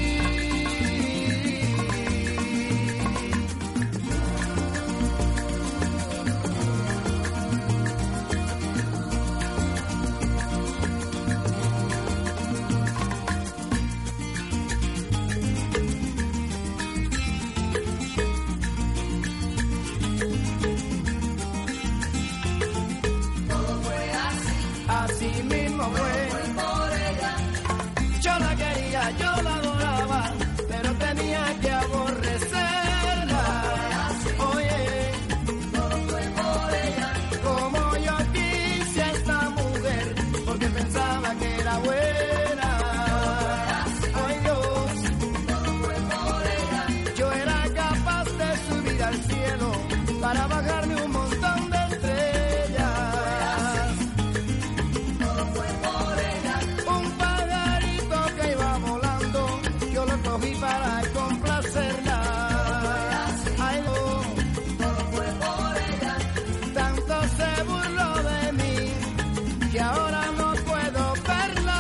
Así mismo fue, por ella. Yo la quería, yo la adoraba, pero tenía que aborrecerla. Oye, todo fue por ella. Como yo quise a esta mujer, porque pensaba que era buena. Ay Dios, todo fue por ella. Yo era capaz de subir al cielo para bajarme un montón de estrellas. Cogí para complacerla. Ay, no, todo fue por ella. Tanto se burló de mí que ahora no puedo verla.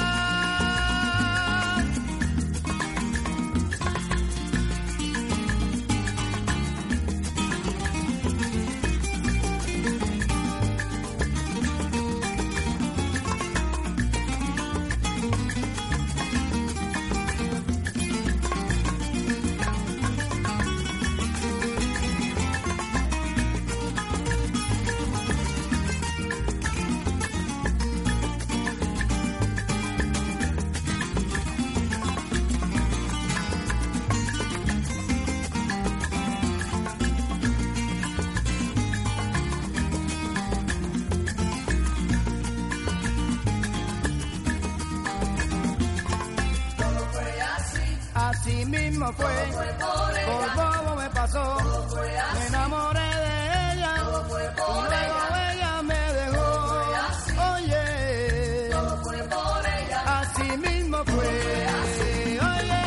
Así mismo fue, por bobo me pasó, me enamoré de ella, y luego ella me dejó. Oye, así mismo fue, oye,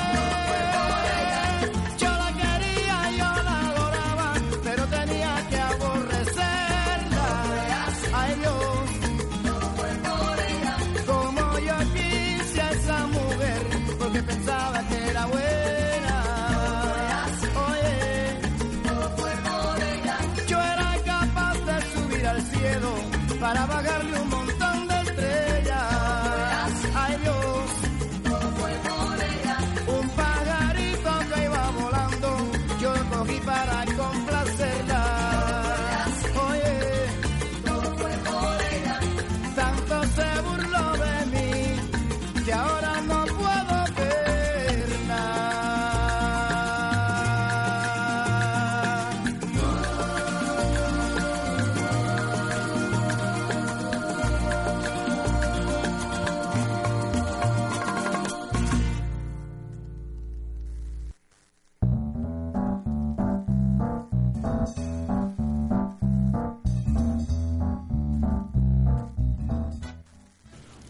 yo la quería, yo la adoraba, pero tenía que aborrecerla. Ay Dios, como yo quise a esa mujer, porque pensaba que era buena. Oye, yo era capaz de subir al cielo para bajarle un montón de estrellas. Ay Dios, un pajarito que iba volando, yo lo cogí para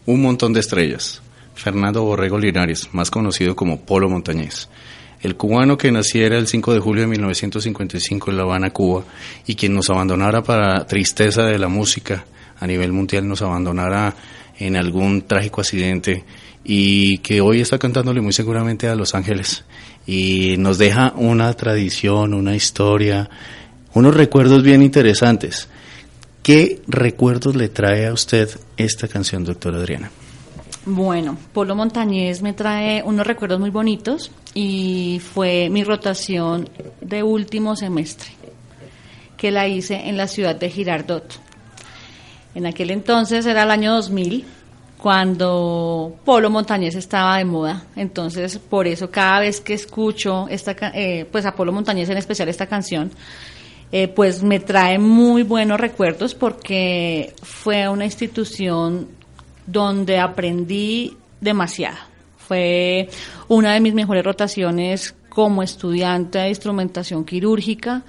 un montón de estrellas. Fernando Borrego Linares, más conocido como Polo Montañés. El cubano que naciera el cinco de julio de mil novecientos cincuenta y cinco en La Habana, Cuba, y quien nos abandonara para tristeza de la música a nivel mundial, nos abandonara en algún trágico accidente, y que hoy está cantándole muy seguramente a Los Ángeles, y nos deja una tradición, una historia, unos recuerdos bien interesantes. ¿Qué recuerdos le trae a usted esta canción, doctora Adriana? Bueno, Polo Montañés me trae unos recuerdos muy bonitos y fue mi rotación de último semestre, que la hice en la ciudad de Girardot. En aquel entonces era el año dos mil, cuando Polo Montañés estaba de moda. Entonces, por eso cada vez que escucho esta, eh, pues a Polo Montañés, en especial esta canción, eh, pues me trae muy buenos recuerdos, porque fue una institución donde aprendí demasiado. Fue una de mis mejores rotaciones como estudiante de instrumentación quirúrgica,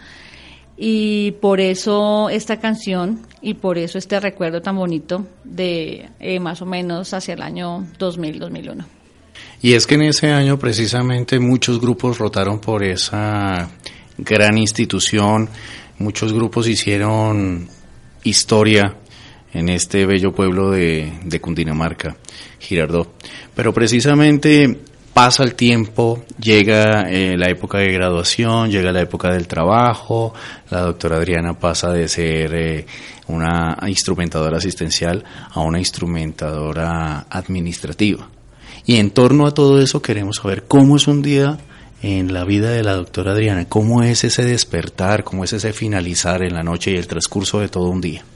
y por eso esta canción y por eso este recuerdo tan bonito de eh, más o menos hacia el año dos mil, dos mil uno. Y es que en ese año precisamente muchos grupos rotaron por esa gran institución, muchos grupos hicieron historia en este bello pueblo de, de Cundinamarca, Girardot. Pero precisamente pasa el tiempo, llega eh, la época de graduación, llega la época del trabajo, la doctora Adriana pasa de ser eh, una instrumentadora asistencial a una instrumentadora administrativa. Y en torno a todo eso queremos saber cómo es un día en la vida de la doctora Adriana, cómo es ese despertar, cómo es ese finalizar en la noche y el transcurso de todo un día.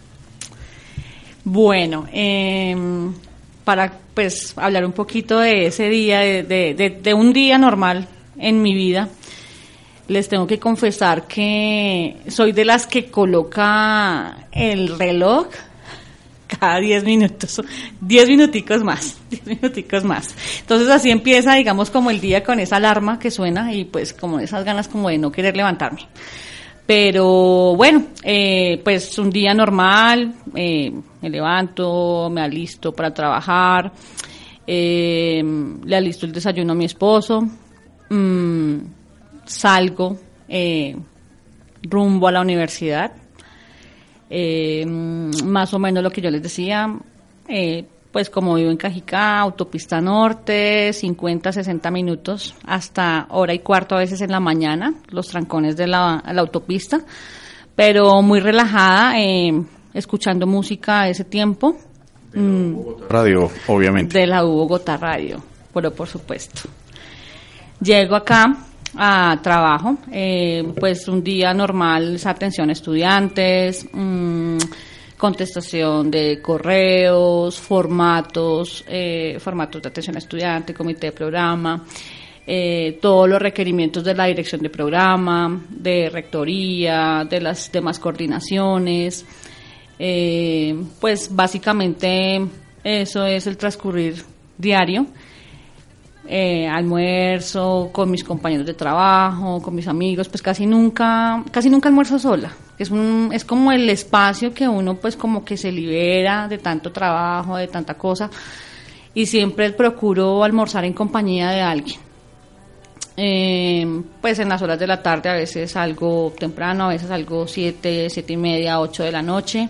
Bueno, eh, para pues hablar un poquito de ese día, de, de, de, de un día normal en mi vida, les tengo que confesar que soy de las que coloca el reloj cada diez minutos, diez minuticos más, diez minuticos más. Entonces así empieza, digamos, como el día, con esa alarma que suena y pues como esas ganas como de no querer levantarme. Pero bueno, eh, pues un día normal, eh, me levanto, me alisto para trabajar, eh, le alisto el desayuno a mi esposo, mmm, salgo eh, rumbo a la universidad, eh, más o menos lo que yo les decía, eh, pues como vivo en Cajicá, autopista norte, cincuenta, sesenta minutos, hasta hora y cuarto a veces en la mañana, los trancones de la, la autopista, pero muy relajada, eh, escuchando música a ese tiempo. Mm, Radio, obviamente. De la U Bogotá Radio, pero por supuesto. Llego acá a trabajo, eh, pues un día normal, atención a estudiantes, mmm, contestación de correos, formatos, eh, formatos de atención a estudiante, comité de programa, eh, todos los requerimientos de la dirección de programa, de rectoría, de las demás coordinaciones. Eh, pues básicamente eso es el transcurrir diario. Eh, almuerzo con mis compañeros de trabajo, con mis amigos, pues casi nunca, casi nunca almuerzo sola. Es un, es como el espacio que uno pues como que se libera de tanto trabajo, de tanta cosa, y siempre procuro almorzar en compañía de alguien. Eh, pues en las horas de la tarde a veces salgo temprano, a veces salgo siete, siete y media, ocho de la noche.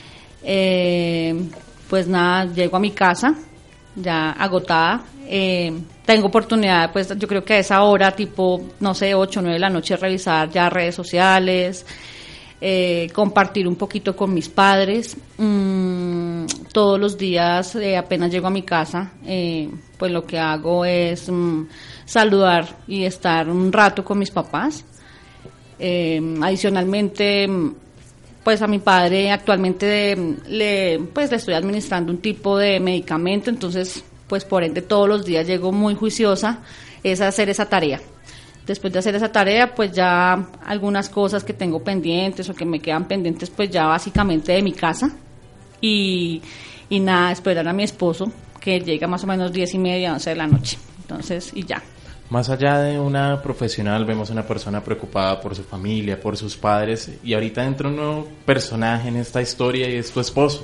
Eh, pues nada, llego a mi casa ya agotada. Eh, tengo oportunidad, pues yo creo que a esa hora, tipo, no sé, ocho, nueve de la noche, revisar ya redes sociales, eh, compartir un poquito con mis padres. Mm, todos los días, eh, apenas llego a mi casa, eh, pues lo que hago es mm, saludar y estar un rato con mis papás. Eh, adicionalmente, pues a mi padre actualmente le, pues le estoy administrando un tipo de medicamento, entonces pues por ende todos los días llego muy juiciosa es hacer esa tarea. Después de hacer esa tarea, pues ya algunas cosas que tengo pendientes o que me quedan pendientes, pues ya básicamente de mi casa, y, y nada, esperar a mi esposo que llega más o menos diez y media, once de la noche, entonces y ya. Más allá de una profesional, vemos una persona preocupada por su familia, por sus padres, y ahorita entra un nuevo personaje en esta historia y es tu esposo,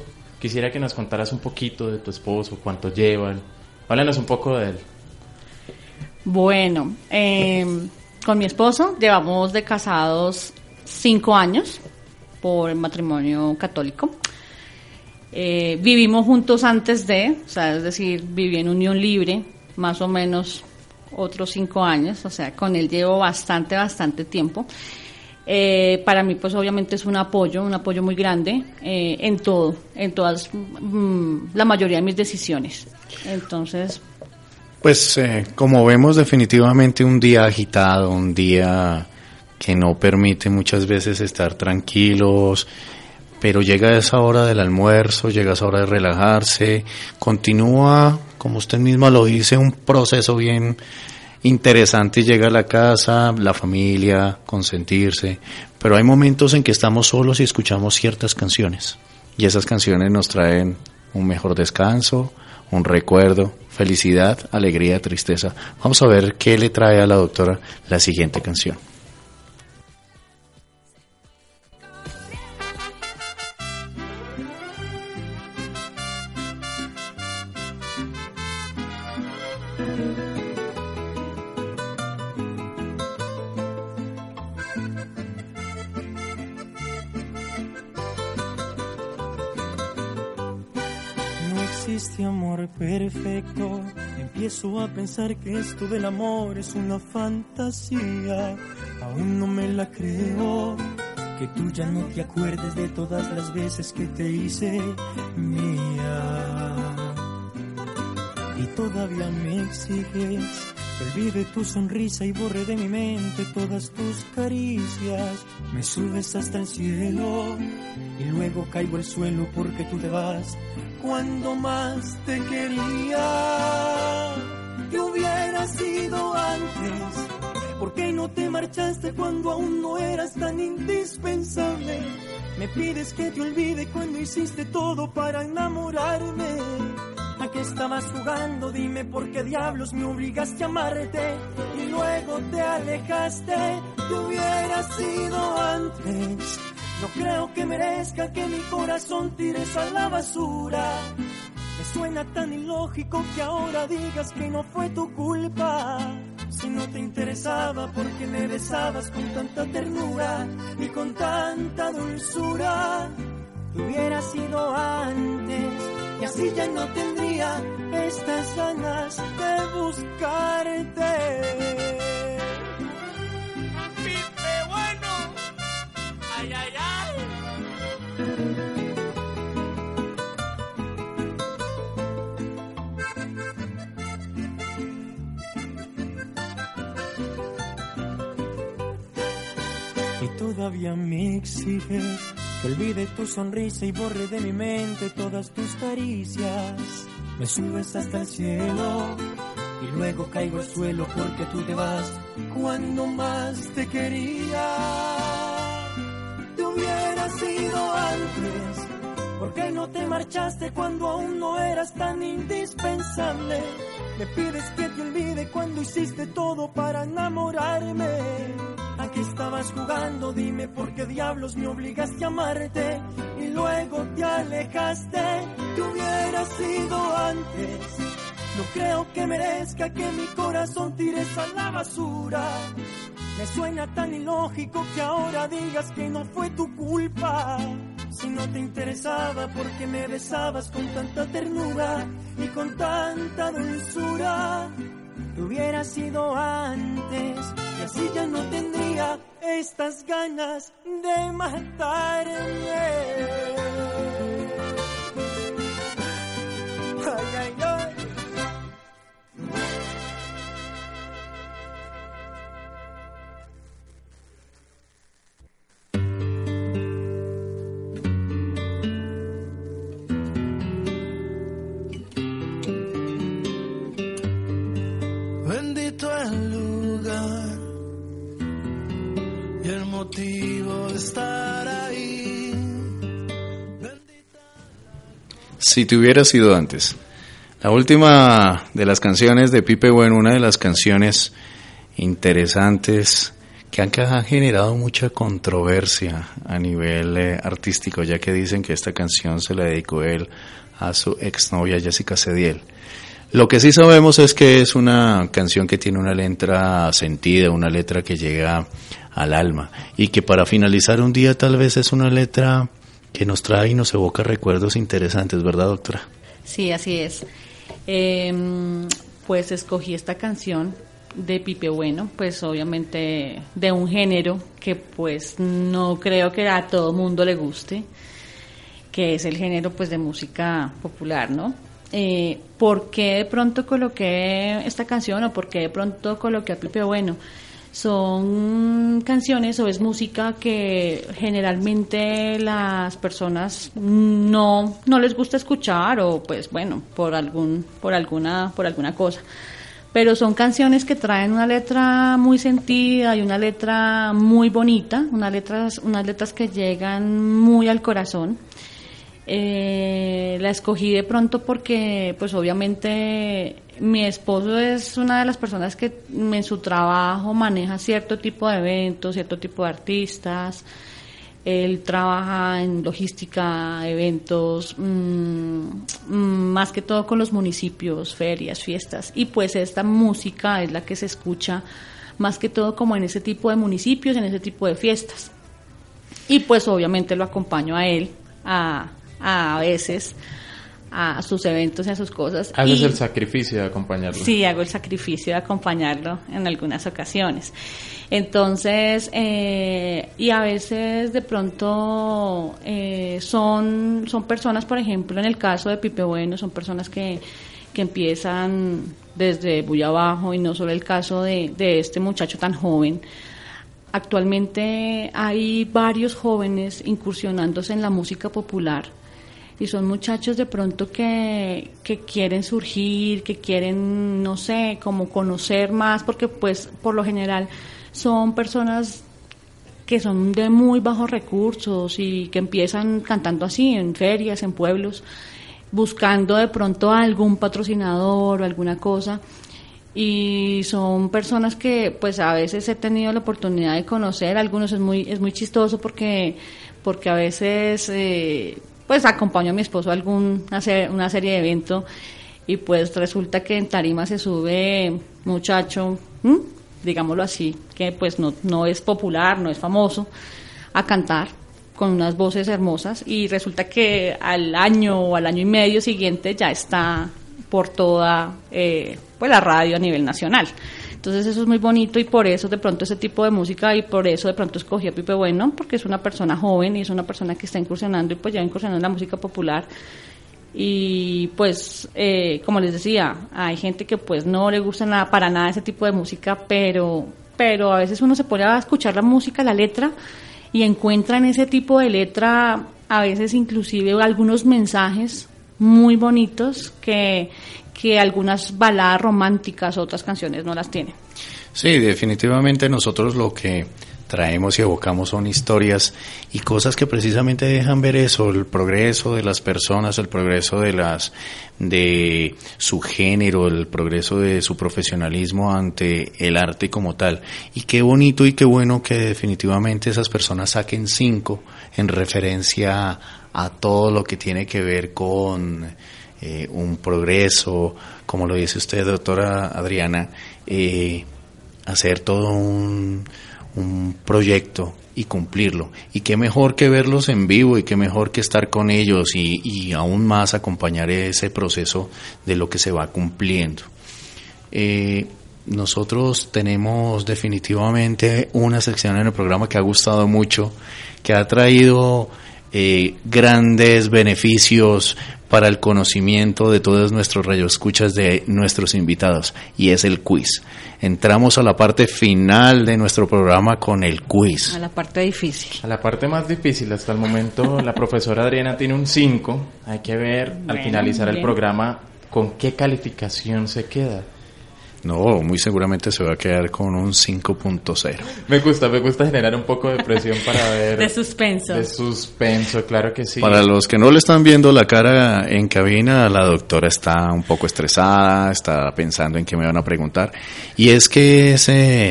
quisiera que nos contaras un poquito de tu esposo, cuánto llevan. Háblanos un poco de él. Bueno, eh, con mi esposo llevamos de casados cinco años por matrimonio católico. Eh, vivimos juntos antes de, o sea, es decir, viví en unión libre más o menos otros cinco años, o sea, con él llevo bastante, bastante tiempo. Eh, para mí, pues obviamente es un apoyo, un apoyo muy grande eh, en todo, en todas, mmm, la mayoría de mis decisiones. Entonces... Pues eh, como vemos, definitivamente un día agitado, un día que no permite muchas veces estar tranquilos, pero llega esa hora del almuerzo, llega esa hora de relajarse, continúa, como usted misma lo dice, un proceso bien interesante, llega a la casa, la familia, consentirse, pero hay momentos en que estamos solos y escuchamos ciertas canciones, y esas canciones nos traen un mejor descanso, un recuerdo, felicidad, alegría, tristeza. Vamos a ver qué le trae a la doctora la siguiente canción. Existe amor perfecto. Empiezo a pensar que esto del amor es una fantasía. Aún no me la creo, que tú ya no te acuerdes de todas las veces que te hice mía. Y todavía me exiges que olvide tu sonrisa y borre de mi mente todas tus caricias. Me subes hasta el cielo y luego caigo al suelo porque tú te vas cuando más te quería. Que hubiera sido antes, ¿por qué no te marchaste cuando aún no eras tan indispensable? Me pides que te olvide cuando hiciste todo para enamorarme. ¿A qué estabas jugando? Dime por qué diablos me obligaste a amarte y luego te alejaste. Que hubiera sido antes. No creo que merezca que mi corazón tires a la basura. Me suena tan ilógico que ahora digas que no fue tu culpa. Si no te interesaba, ¿por qué me besabas con tanta ternura y con tanta dulzura? Que hubiera sido antes, y así ya no tendría estas ganas de buscarte. Pipe bueno, ay, ay, ay. Y todavía me exiges que olvide tu sonrisa y borre de mi mente todas tus caricias. Me subes hasta el cielo y luego caigo al suelo porque tú te vas cuando más te quería. Te hubiera sido antes, ¿por qué no te marchaste cuando aún no eras tan indispensable? Me pides que te olvide cuando hiciste todo para enamorarme. ¿A qué estabas jugando? Dime por qué diablos me obligaste a amarte y luego te alejaste. Te hubiera sido antes. No creo que merezca que mi corazón tires a la basura. Me suena tan ilógico que ahora digas que no fue tu culpa. Si no te interesaba, ¿por qué me besabas con tanta ternura y con tanta dulzura? Que hubiera sido antes, y así ya no tendría estas ganas de matarme. Ay, ay, ay. Bendito el lugar y el motivo de estar ahí. Bendita... Si te hubiera sido antes. La última de las canciones de Pipe Bueno, una de las canciones interesantes que han, que han generado mucha controversia a nivel eh, artístico, ya que dicen que esta canción se la dedicó él a su exnovia Jessica Cediel. Lo que sí sabemos es que es una canción que tiene una letra sentida, una letra que llega al alma, y que para finalizar un día tal vez es una letra que nos trae y nos evoca recuerdos interesantes, ¿verdad, doctora? Sí, así es. Eh, pues escogí esta canción de Pipe Bueno, pues obviamente de un género que pues no creo que a todo mundo le guste, que es el género pues de música popular, ¿no? Eh, ¿Por qué de pronto coloqué esta canción o por qué de pronto coloqué a Pipe Bueno? Son canciones o es música que generalmente las personas no no les gusta escuchar o pues bueno, por algún por alguna por alguna cosa. Pero son canciones que traen una letra muy sentida y una letra muy bonita, unas letras unas letras que llegan muy al corazón. Eh, la escogí de pronto porque pues obviamente mi esposo es una de las personas que en su trabajo maneja cierto tipo de eventos, cierto tipo de artistas. Él trabaja en logística, eventos, mmm, más que todo con los municipios, ferias, fiestas, y pues esta música es la que se escucha más que todo como en ese tipo de municipios, en ese tipo de fiestas. Y pues obviamente lo acompaño a él a a veces a sus eventos y a sus cosas. Haces y, el sacrificio de acompañarlo. Sí, hago el sacrificio de acompañarlo en algunas ocasiones. Entonces, eh, y a veces de pronto eh, son, son personas, por ejemplo, en el caso de Pipe Bueno, son personas que, que empiezan desde muy abajo, y no solo el caso de, de este muchacho tan joven. Actualmente hay varios jóvenes incursionándose en la música popular y son muchachos de pronto que, que quieren surgir, que quieren, no sé, como conocer más, porque pues por lo general son personas que son de muy bajos recursos y que empiezan cantando así en ferias, en pueblos, buscando de pronto algún patrocinador o alguna cosa. Y son personas que pues a veces he tenido la oportunidad de conocer, algunos es muy es muy chistoso porque porque a veces eh, pues acompaño a mi esposo a algún a hacer una serie de eventos y pues resulta que en tarima se sube muchacho, ¿m? digámoslo así, que pues no no es popular, no es famoso, a cantar con unas voces hermosas, y resulta que al año o al año y medio siguiente ya está por toda eh, pues la radio a nivel nacional. Entonces eso es muy bonito, y por eso de pronto ese tipo de música, y por eso de pronto escogí a Pipe Bueno, porque es una persona joven y es una persona que está incursionando y pues ya incursionando en la música popular. Y pues eh, como les decía, hay gente que pues no le gusta nada, para nada ese tipo de música, pero pero a veces uno se pone a escuchar la música, la letra, y encuentra en ese tipo de letra a veces inclusive algunos mensajes muy bonitos que, que algunas baladas románticas, otras canciones no las tienen. Sí, definitivamente nosotros lo que traemos y evocamos son historias y cosas que precisamente dejan ver eso, el progreso de las personas, el progreso de las de su género, el progreso de su profesionalismo ante el arte como tal. Y qué bonito y qué bueno que definitivamente esas personas saquen cinco en referencia a todo lo que tiene que ver con eh, un progreso, como lo dice usted, doctora Adriana, eh, hacer todo un, un proyecto y cumplirlo. Y qué mejor que verlos en vivo, y qué mejor que estar con ellos y, y aún más acompañar ese proceso de lo que se va cumpliendo. Eh, nosotros tenemos definitivamente una sección en el programa que ha gustado mucho, que ha traído Eh, grandes beneficios para el conocimiento de todos nuestros radioescuchas, de nuestros invitados, y es el quiz. Entramos a la parte final de nuestro programa con el quiz. A la parte difícil. A la parte más difícil hasta el momento. La profesora Adriana tiene un cinco. Hay que ver al Bueno, finalizar el bien. programa con qué calificación se queda. No, muy seguramente se va a quedar con un cinco punto cero. Me gusta, me gusta generar un poco de presión para ver... De suspenso. De suspenso, claro que sí. Para los que no le están viendo la cara en cabina, la doctora está un poco estresada, está pensando en qué me van a preguntar. Y es que ese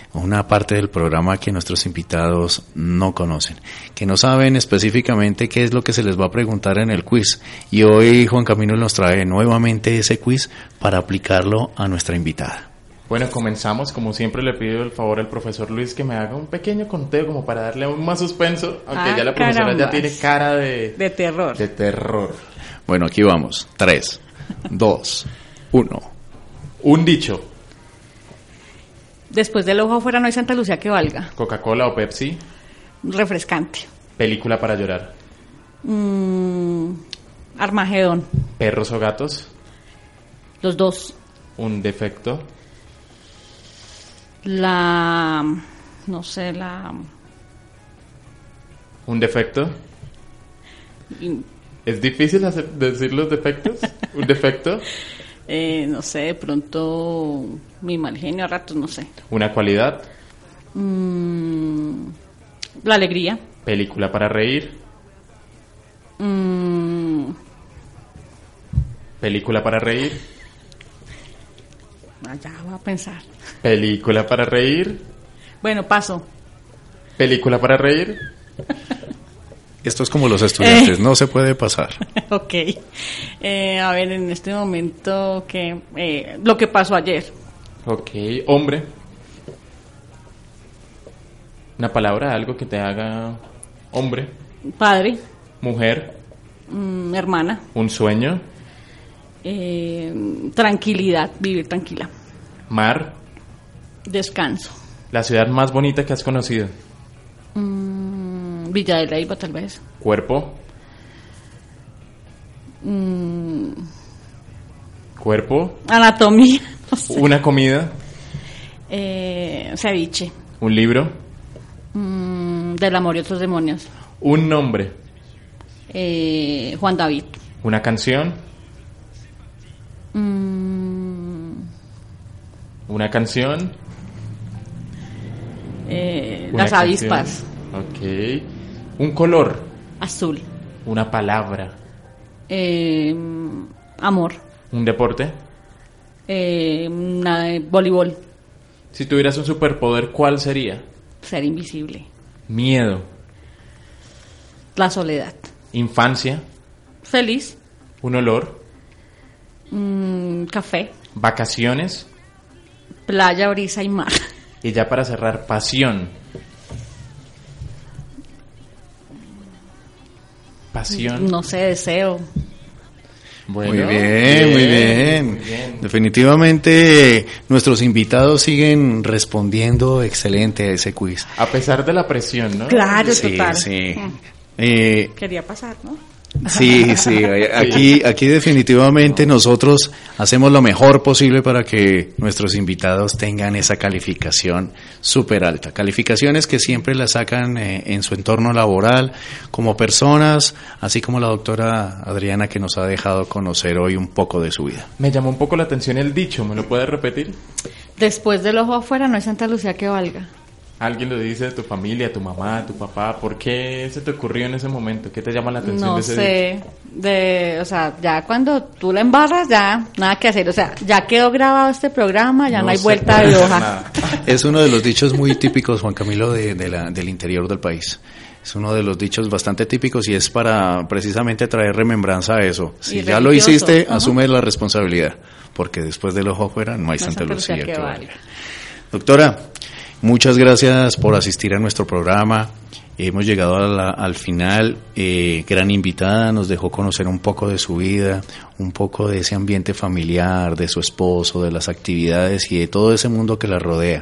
una parte del programa que nuestros invitados no conocen, que no saben específicamente qué es lo que se les va a preguntar en el quiz. Y hoy Juan Camilo nos trae nuevamente ese quiz para aplicarlo a nuestra invitada. Bueno, comenzamos. Como siempre le pido el favor al profesor Luis que me haga un pequeño conteo como para darle aún más suspenso, aunque ah, ya la profesora carambas. ya tiene cara de... De terror. De terror. Bueno, aquí vamos. Tres, dos, uno. Un dicho. Después del ojo afuera no hay Santa Lucía que valga. Coca-Cola o Pepsi. Refrescante. Película para llorar. Mm, Armagedón. Perros o gatos. Los dos. Un defecto. La... no sé, la... Un defecto. ¿Es difícil hacer, decir los defectos? ¿Un defecto? Eh, no sé, de pronto mi mal genio a ratos, no sé. Una cualidad. Mm, la alegría. Película para reír. Mm, Película para reír. allá voy a pensar. Película para reír. Bueno, paso. Película para reír. Esto es como los estudiantes, Eh. no se puede pasar. Ok. Eh, a ver, en este momento, que eh, lo que pasó ayer. Ok, hombre. Una palabra, algo que te haga hombre. Padre. Mujer. Mm, hermana. Un sueño. Eh, tranquilidad, vivir tranquila. Mar. Descanso. La ciudad más bonita que has conocido. Mm, Villa de Leyva, tal vez. Cuerpo. Mm, Cuerpo. anatomía. No sé. Una comida. Eh, ceviche. Un libro. Mm, del amor y otros demonios. Un nombre. Eh, Juan David. Una canción. Mm, Una canción. eh, Una las avispas. canción. Ok. Un color. Azul. Una palabra. Eh, amor. Un deporte. Eh, nada de voleibol. Si tuvieras un superpoder, ¿cuál sería? Ser invisible. Miedo. La soledad. Infancia. Feliz. Un olor. Mm, café. Vacaciones. Playa, brisa y mar. Y ya para cerrar, pasión. Pasión. No sé, deseo. Bueno, Muy bien, muy bien. muy bien. Definitivamente nuestros invitados siguen respondiendo excelente a ese quiz. A pesar de la presión, ¿no? Claro, Sí, total. sí. Mm, Eh, Quería pasar, ¿no? sí, sí. Aquí, aquí definitivamente nosotros hacemos lo mejor posible para que nuestros invitados tengan esa calificación súper alta. Calificaciones que siempre las sacan eh, en su entorno laboral, como personas, así como la doctora Adriana que nos ha dejado conocer hoy un poco de su vida. Me llamó un poco la atención el dicho, ¿me lo puedes repetir? Después del ojo afuera no hay Santa Lucía que valga. Alguien lo dice de tu familia, tu mamá, tu papá. ¿Por qué se te ocurrió en ese momento? ¿Qué te llama la atención No de ese sé, de, o sea, ya cuando tú la embarras, ya nada que hacer. O sea, ya quedó grabado este programa, ya no, hay se vuelta puede de hacer hoja. nada. Es uno de los dichos muy típicos, Juan Camilo, de, de la, del interior del país. Es uno de los dichos bastante típicos y es para precisamente traer remembranza a eso. Si Y ya lo religioso, hiciste, ajá. asume la responsabilidad, porque después del ojo afuera no hay No hay Santa Santa Lucía Lucía que que valga. valga. Doctora, muchas gracias por asistir a nuestro programa. Hemos llegado a la- al final. Eh, gran invitada, nos dejó conocer un poco de su vida, un poco de ese ambiente familiar, de su esposo, de las actividades y de todo ese mundo que la rodea.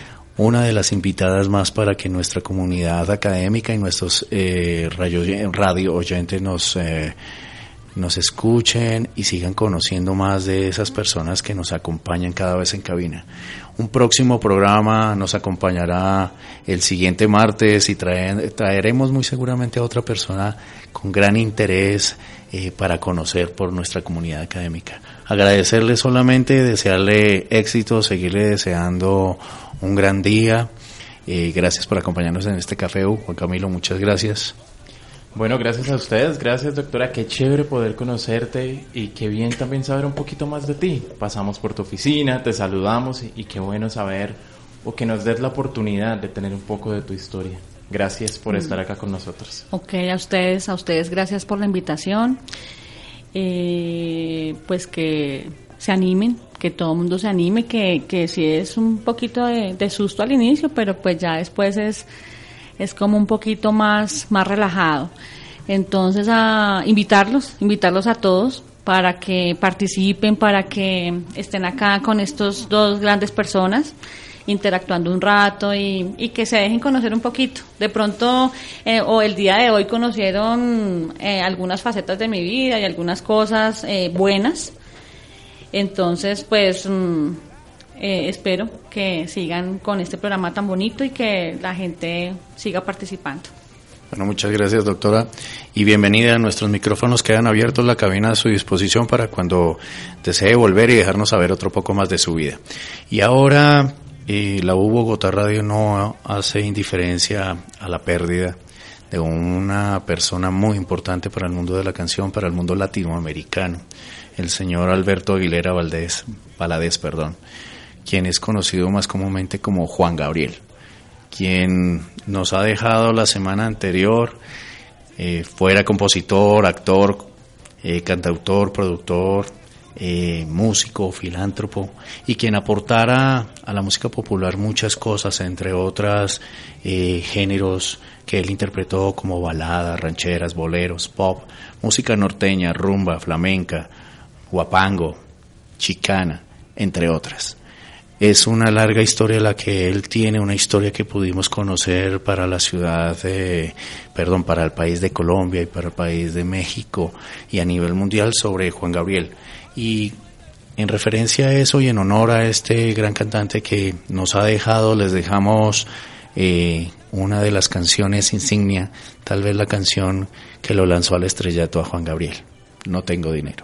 Una de las invitadas más para que nuestra comunidad académica y nuestros eh, radio, radio oyentes nos, eh, nos escuchen y sigan conociendo más de esas personas que nos acompañan cada vez en cabina. Un próximo programa nos acompañará el siguiente martes y trae- traeremos muy seguramente a otra persona con gran interés eh, para conocer por nuestra comunidad académica. Agradecerle solamente, desearle éxito, seguirle deseando un gran día. Eh, gracias por acompañarnos en este café, Juan Camilo, muchas gracias. Bueno, gracias a ustedes, gracias doctora, qué chévere poder conocerte y qué bien también saber un poquito más de ti. Pasamos por tu oficina, te saludamos y, y qué bueno saber o que nos des la oportunidad de tener un poco de tu historia. Gracias por mm. estar acá con nosotros. Ok, a ustedes, a ustedes gracias por la invitación. Eh, pues que se animen, que todo el mundo se anime, que, que sí es un poquito de, de susto al inicio, pero pues ya después es, es como un poquito más, más relajado. Entonces a invitarlos, invitarlos a todos para que participen, para que estén acá con estos dos grandes personas, interactuando un rato y, y que se dejen conocer un poquito. De pronto, eh, o el día de hoy conocieron eh, algunas facetas de mi vida y algunas cosas eh, buenas. Entonces, pues, mm, eh, espero que sigan con este programa tan bonito y que la gente siga participando. Bueno, muchas gracias, doctora, y bienvenida. Nuestros micrófonos quedan abiertos, la cabina a su disposición para cuando desee volver y dejarnos saber otro poco más de su vida. Y ahora, eh, la U Bogotá Radio no hace indiferencia a la pérdida de una persona muy importante para el mundo de la canción, para el mundo latinoamericano, el señor Alberto Aguilera Valdés, Valadez, perdón, quien es conocido más comúnmente como Juan Gabriel, quien nos ha dejado la semana anterior, eh, fuera compositor, actor, eh, cantautor, productor, eh, músico, filántropo, y quien aportara a la música popular muchas cosas, entre otras eh, géneros que él interpretó como baladas, rancheras, boleros, pop, música norteña, rumba, flamenca, guapango, chicana, entre otras. Es una larga historia la que él tiene, una historia que pudimos conocer para la ciudad, de, perdón, para el país de Colombia y para el país de México y a nivel mundial sobre Juan Gabriel. Y en referencia a eso y en honor a este gran cantante que nos ha dejado, les dejamos eh, una de las canciones insignia, tal vez la canción que lo lanzó al estrellato a Juan Gabriel, No tengo dinero.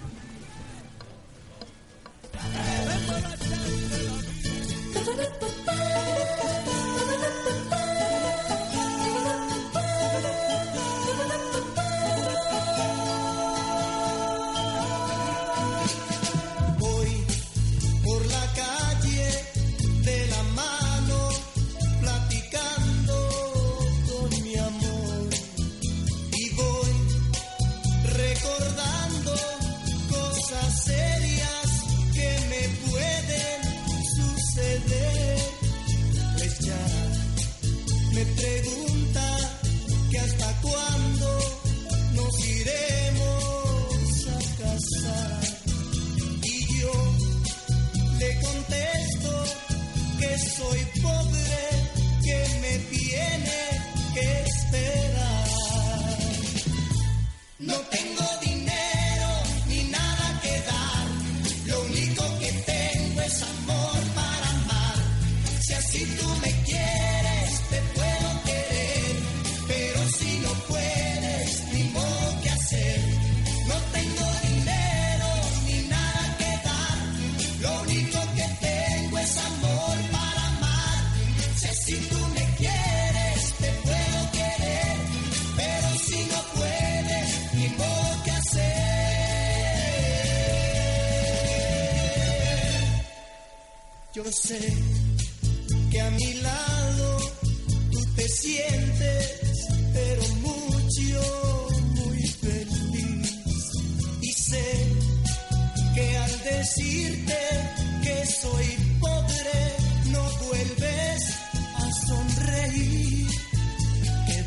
Yo sé que a mi lado tú te sientes, pero mucho, muy feliz. Y sé que al decirte que soy pobre, no vuelves a sonreír. Que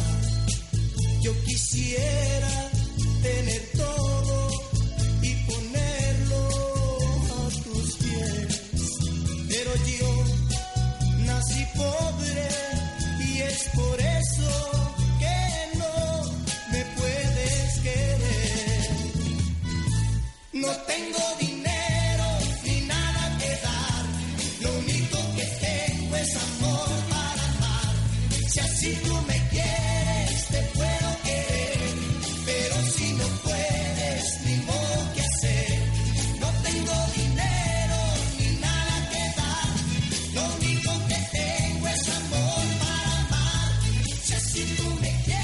va, yo quisiera tener todo y ponerlo a tus pies. Pero yo nací pobre y es por eso que no me puedes querer. No tengo dinero ni nada que dar, lo único que tengo es amor para amar. Si así tú me quieres te puedo querer, pero si no puedes ni modo que hacer. No tengo dinero ni nada que dar, lo único que tengo es amor para amar. Si así tú me quieres